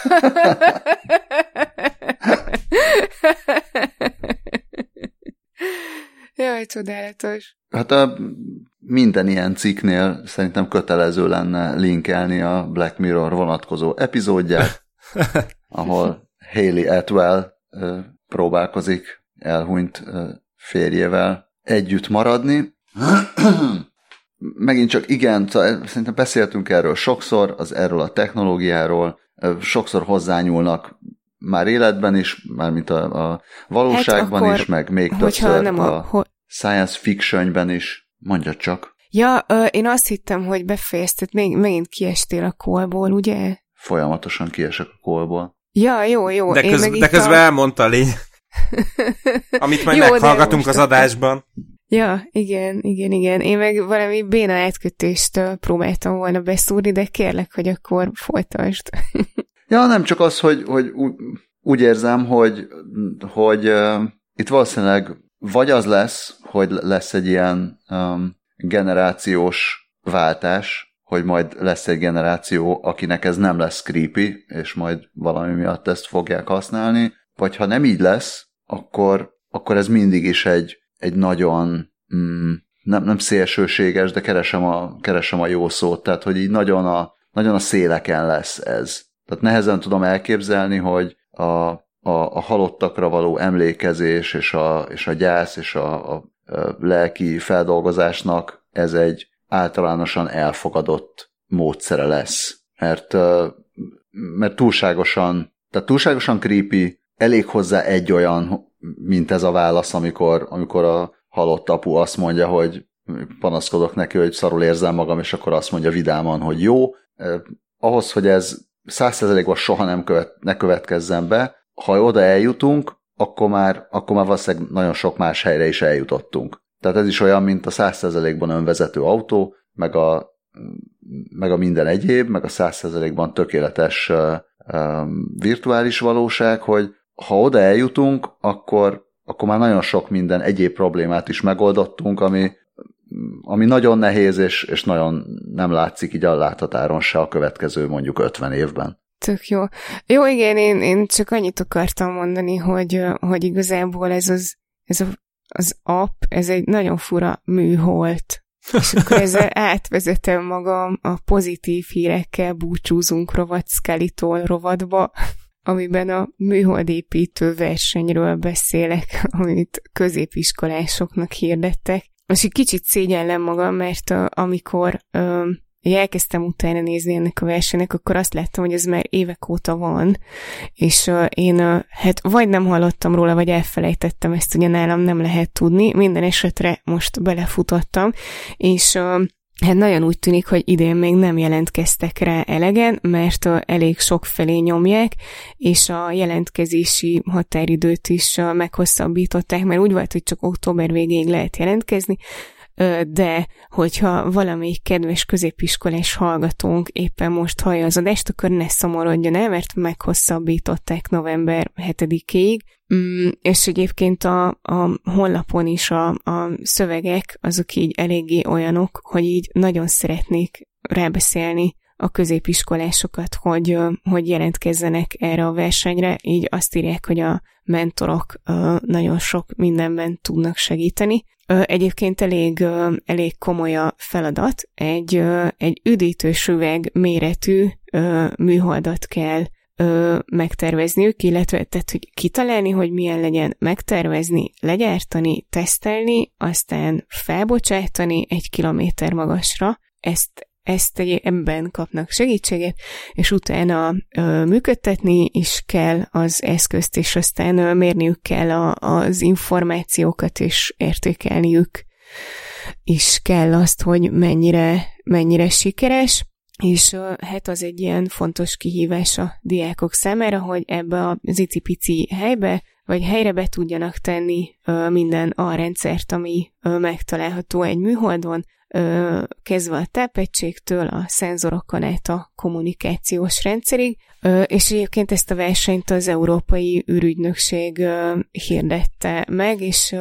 Jaj, csodálatos. Hát a minden ilyen cikknél szerintem kötelező lenne linkelni a Black Mirror vonatkozó epizódját, ahol Hayley Atwell ö, próbálkozik elhunyt ö, férjével együtt maradni. Megint csak igen, szerintem beszéltünk erről sokszor, az erről a technológiáról, ö, sokszor hozzányúlnak már életben is, mármint a, a valóságban hát akkor, is, meg még többször nem a, a ho- science fictionben is. Mondja csak. Ja, ö, én azt hittem, hogy befejezted, még, megint kiestél a callból, ugye? Folyamatosan kiesek a callból. Ja, jó, jó. De, köz, de közben a... elmondta a lény, amit majd jó, meghallgatunk az adásban. Ja, igen, igen, igen. Én meg valami béna átkötést próbáltam volna beszúrni, de kérlek, hogy akkor folytasd. Ja, nem csak az, hogy, hogy úgy érzem, hogy, hogy uh, itt valószínűleg vagy az lesz, hogy lesz egy ilyen um, generációs váltás, hogy majd lesz egy generáció, akinek ez nem lesz creepy, és majd valami miatt ezt fogják használni, vagy ha nem így lesz, akkor, akkor ez mindig is egy, egy nagyon mm, nem, nem szélsőséges, de keresem a, keresem a jó szót, tehát hogy így nagyon a, nagyon a széleken lesz ez. Tehát nehezen tudom elképzelni, hogy a, a, a halottakra való emlékezés, és a, és a gyász, és a, a, a lelki feldolgozásnak ez egy általánosan elfogadott módszere lesz. Mert, mert túlságosan, tehát túlságosan creepy, elég hozzá egy olyan, mint ez a válasz, amikor, amikor a halott apu azt mondja, hogy panaszkodok neki, hogy szarul érzem magam, és akkor azt mondja vidáman, hogy jó. Ahhoz, hogy ez száz százalékban soha nem követ, ne következzen be, ha oda eljutunk, akkor már, akkor már valószínűleg nagyon sok más helyre is eljutottunk. Tehát ez is olyan, mint a száz százalékban önvezető autó, meg a, meg a minden egyéb, meg a száz százalékban tökéletes uh, um, virtuális valóság, hogy ha oda eljutunk, akkor, akkor már nagyon sok minden egyéb problémát is megoldottunk, ami, ami nagyon nehéz, és, és nagyon nem látszik így a láthatáron se a következő mondjuk ötven évben. Tök jó. Jó, igen, én, én csak annyit akartam mondani, hogy, hogy igazából ez az, ez a, az app, ez egy nagyon fura műholt. És akkor ezzel átvezetem magam a pozitív hírekkel búcsúzunk rovat Skeleton rovatba, amiben a műholdépítő versenyről beszélek, amit középiskolásoknak hirdettek. És egy kicsit szégyellem magam, mert uh, amikor uh, elkezdtem utána nézni ennek a versenynek, akkor azt láttam, hogy ez már évek óta van, és uh, én uh, hát vagy nem hallottam róla, vagy elfelejtettem ezt, ugye nálam nem lehet tudni, minden esetre most belefutottam, és uh, hát nagyon úgy tűnik, hogy idén még nem jelentkeztek rá elegen, mert uh, elég sok felé nyomják, és a jelentkezési határidőt is uh, meghosszabbították, mert úgy volt, hogy csak október végéig lehet jelentkezni, de hogyha valamelyik kedves középiskolás hallgatónk éppen most hallja az adást, akkor ne szomorodjon el, mert meghosszabbították november hetedikéig, mm, és egyébként a, a honlapon is a, a szövegek azok így eléggé olyanok, hogy így nagyon szeretnék rábeszélni a középiskolásokat, hogy, hogy jelentkezzenek erre a versenyre, így azt írják, hogy a mentorok nagyon sok mindenben tudnak segíteni. Egyébként elég, elég komoly a feladat, egy, egy üdítős üveg méretű műholdat kell megtervezniük, illetve tehát, hogy kitalálni, hogy milyen legyen, megtervezni, legyártani, tesztelni, aztán felbocsátani egy kilométer magasra, ezt ezt egy ebben kapnak segítséget, és utána ö, működtetni is kell az eszközt, és aztán ö, mérniük kell a, az információkat, és értékelniük is kell azt, hogy mennyire, mennyire sikeres, és ö, hát az egy ilyen fontos kihívás a diákok számára, hogy ebbe az icipici helybe, vagy helyre be tudjanak tenni ö, minden alrendszert, ami ö, megtalálható egy műholdon, kezdve a tápegységtől a szenzorokon át a kommunikációs rendszerig, és egyébként ezt a versenyt az Európai űrügynökség hirdette meg, és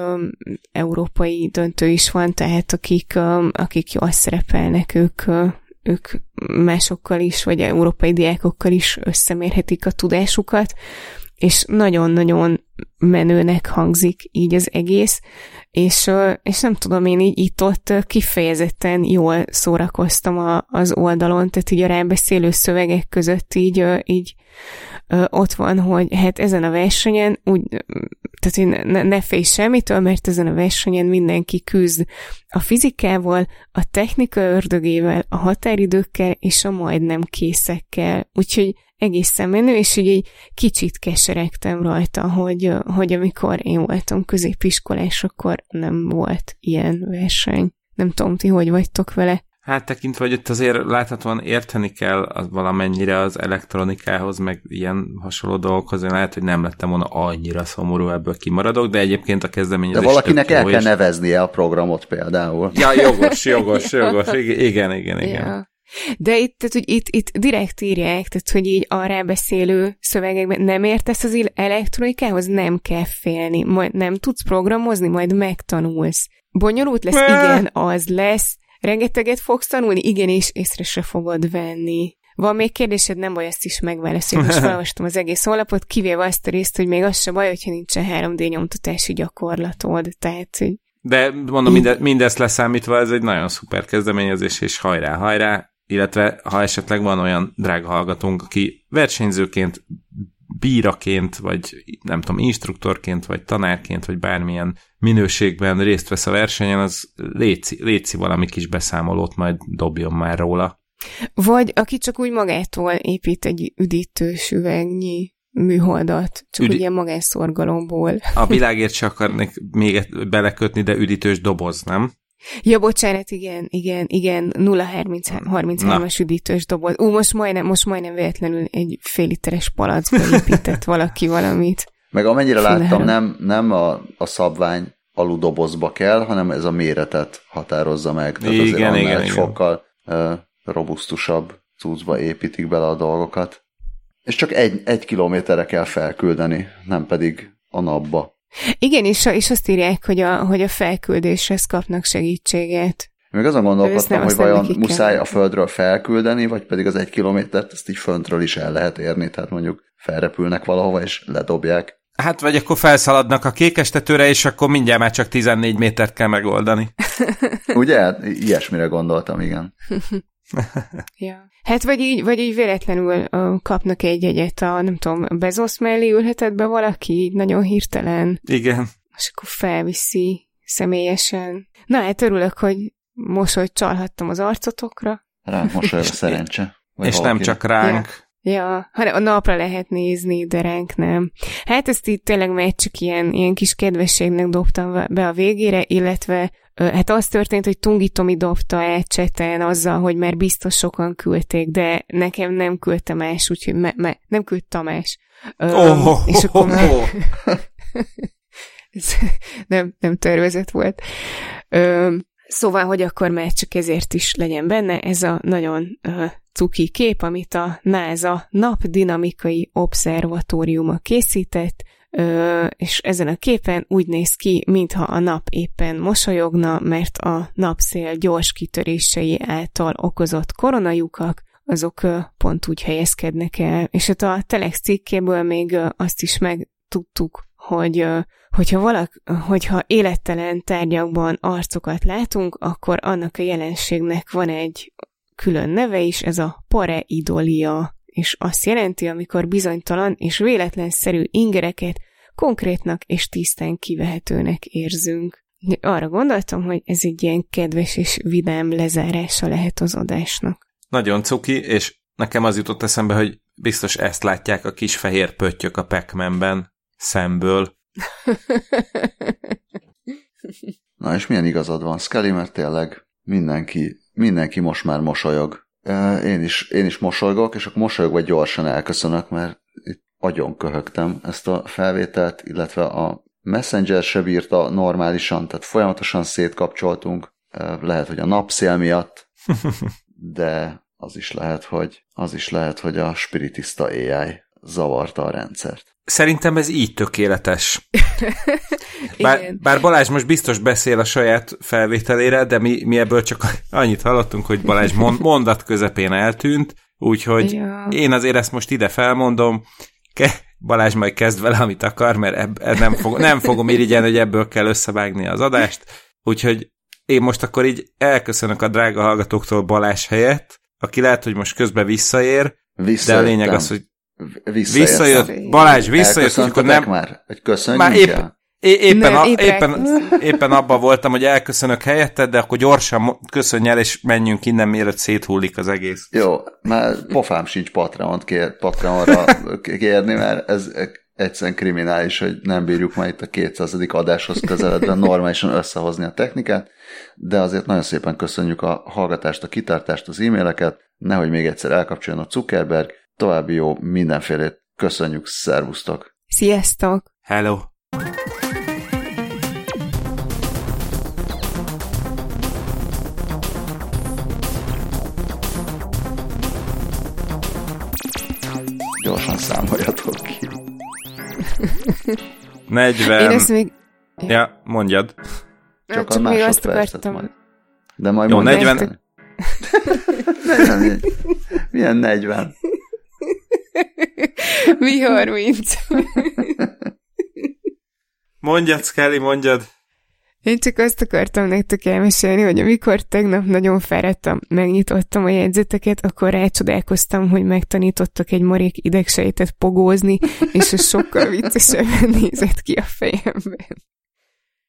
európai döntő is van, tehát akik, akik jól szerepelnek, ők, ők másokkal is, vagy európai diákokkal is összemérhetik a tudásukat, és nagyon-nagyon menőnek hangzik így az egész, és, és nem tudom, én így itt-ott kifejezetten jól szórakoztam a, az oldalon, tehát így a rábeszélő szövegek között így, így ott van, hogy hát ezen a versenyen úgy, tehát ne, ne félj semmitől, mert ezen a versenyen mindenki küzd a fizikával, a technika ördögével, a határidőkkel és a majdnem készekkel. Úgyhogy egészen menő, és így egy kicsit keseregtem rajta, hogy, hogy amikor én voltam középiskolás, akkor nem volt ilyen verseny. Nem tudom, ti hogy vagytok vele? Hát tekintve, hogy itt azért láthatóan érteni kell az valamennyire az elektronikához, meg ilyen hasonló dolgokhoz, én lehet, hogy nem lettem volna annyira szomorú, ebből kimaradok, de egyébként a kezdeményezés... De valakinek el kell és... neveznie a programot például. Ja, jogos, jogos, jogos, igen, igen, igen. Ja. De itt, tehát, hogy itt, itt direkt írják, tehát, hogy így a rábeszélő szövegekben nem értesz az elektronikához, nem kell félni, majd nem tudsz programozni, majd megtanulsz. Bonyolult lesz, igen, az lesz. Rengeteget fogsz tanulni, igen, és észre se fogod venni. Van még kérdésed, nem baj, ezt is megválaszolni. Most felolvastam az egész honlapot, kivéve azt a részt, hogy még az se baj, hogyha nincsen három dé nyomtatási gyakorlatod. Tehát, hogy... De mondom, minde, mindezt leszámítva, ez egy nagyon szuper kezdeményezés, és hajrá, hajrá, illetve ha esetleg van olyan drága hallgatónk, aki versenyzőként, bíraként, vagy nem tudom, instruktorként, vagy tanárként, vagy bármilyen minőségben részt vesz a versenyen, az létszi, létszi valami kis beszámolót, majd dobjon már róla. Vagy aki csak úgy magától épít egy üdítős üvegnyi műholdat, csak Üdi... ugye magánszorgalomból. A világért se akarnék még belekötni, de üdítős doboz, nem? Ja, bocsánat, igen, igen, igen, nulla harminchárom-as üdítős doboz. Ú, most majdnem, most majdnem véletlenül egy fél literes palacba épített valaki valamit. Meg amennyire Félelem. láttam, nem, nem a, a szabvány aludobozba kell, hanem ez a méretet határozza meg. Tehát igen, azért annál igen, egy igen. fokkal uh, robusztusabb cuccba építik bele a dolgokat. És csak egy, egy kilométerre kell felküldeni, nem pedig a napba. Igen, és, és azt írják, hogy a, hogy a felküldéshez kapnak segítséget. Még azon gondolkodtam, hogy vajon muszáj a földről felküldeni, vagy pedig az egy kilométert ezt így föntről is el lehet érni, tehát mondjuk felrepülnek valahova, és ledobják. Hát vagy akkor felszaladnak a kékestetőre, és akkor mindjárt már csak tizennégy métert kell megoldani. Ugye? Ilyesmire gondoltam, igen. Ja. Hát vagy így, vagy így véletlenül uh, kapnak egy jegyet a, nem tudom, Bezos mellé ülhetett be valaki, nagyon hirtelen. Igen. És akkor felviszi személyesen. Na hát örülök, hogy mosolyt csalhattam az arcotokra. Ránk mosolyra szerencse. Vagy és valaki. Nem csak ránk. Ja. Ja, hanem a napra lehet nézni, de ránk nem. Hát ezt itt tényleg már csak ilyen, ilyen kis kedvességnek dobtam be a végére, illetve hát az történt, hogy Tungi Tomi dobta át cseten azzal, hogy már biztos sokan küldték, de nekem nem küld Tamás, úgyhogy me, me, nem küld Tamás. Oh, um, és akkor már... oh. Ez nem, nem tervezett volt. Um, szóval, hogy akkor már csak ezért is legyen benne ez a nagyon uh, cuki kép, amit a NASA napdinamikai obszervatóriuma készített, Ö, és ezen a képen úgy néz ki, mintha a nap éppen mosolyogna, mert a napszél gyors kitörései által okozott koronalyukak azok pont úgy helyezkednek el. És hát a Telex cikkéből még azt is megtudtuk, hogy hogyha, valak, hogyha élettelen tárgyakban arcokat látunk, akkor annak a jelenségnek van egy külön neve is, ez a pareidolia, és azt jelenti, amikor bizonytalan és véletlenszerű ingereket konkrétnak és tisztán kivehetőnek érzünk. Arra gondoltam, hogy ez egy ilyen kedves és vidám lezárása lehet az adásnak. Nagyon cuki, és nekem az jutott eszembe, hogy biztos ezt látják a kis fehér pöttyök a Pac-Manben szemből. Na és milyen igazad van, Scully, mert tényleg mindenki, mindenki most már mosolyog. Én is, én is mosolygok, és akkor mosolyogva gyorsan elköszönök, mert itt agyon köhögtem ezt a felvételt, illetve a Messenger se bírta normálisan, tehát folyamatosan szétkapcsoltunk. Lehet, hogy a napszél miatt, de az is lehet, hogy, az is lehet, hogy a spiritista á i zavarta a rendszert. Szerintem ez így tökéletes. Bár, bár Balázs most biztos beszél a saját felvételére, de mi, mi ebből csak annyit hallottunk, hogy Balázs mondat közepén eltűnt, úgyhogy ja. Én azért ezt most ide felmondom, Ke- Balázs majd kezd vele, amit akar, mert ebb, ebb nem, fog, nem fogom irigyelni, hogy ebből kell összevágni az adást, úgyhogy én most akkor így elköszönök a drága hallgatóktól Balázs helyett, aki lehet, hogy most közben visszaér, de a lényeg az, hogy visszajött. Balázs, visszajött, akkor nem... már, hogy köszönjünk már épp, el? Éppen, nem, a, éppen, éppen abban voltam, hogy elköszönök helyetted, de akkor gyorsan köszönj el, és menjünk innen, mielőtt széthullik az egész. Jó, már pofám sincs Patreont kér, Patreonra kérni, mert ez egyszerűen kriminális, hogy nem bírjuk már itt a kétszázadik adáshoz közeledve normálisan összehozni a technikát, de azért nagyon szépen köszönjük a hallgatást, a kitartást, az e-maileket, nehogy még egyszer elkapcsoljon a Zuckerberg, további jó mindenfélét köszönjük, szervusztok! Sziasztok! Hello! Gyorsan számoljatok ki. negyven. Én ezt még... Ja, mondjad. Csak, csak a másodpercet majd. De majd jó, negyven. negyven. Milyen negyven? Mi harminc? Mondjad, Scully, mondjad. Én csak azt akartam nektek elmesélni, hogy amikor tegnap nagyon fáradtam, megnyitottam a jegyzeteket, akkor rácsodálkoztam, hogy megtanítottak egy marék idegsejtet pogózni, és ez sokkal viccesebben nézett ki a fejemben.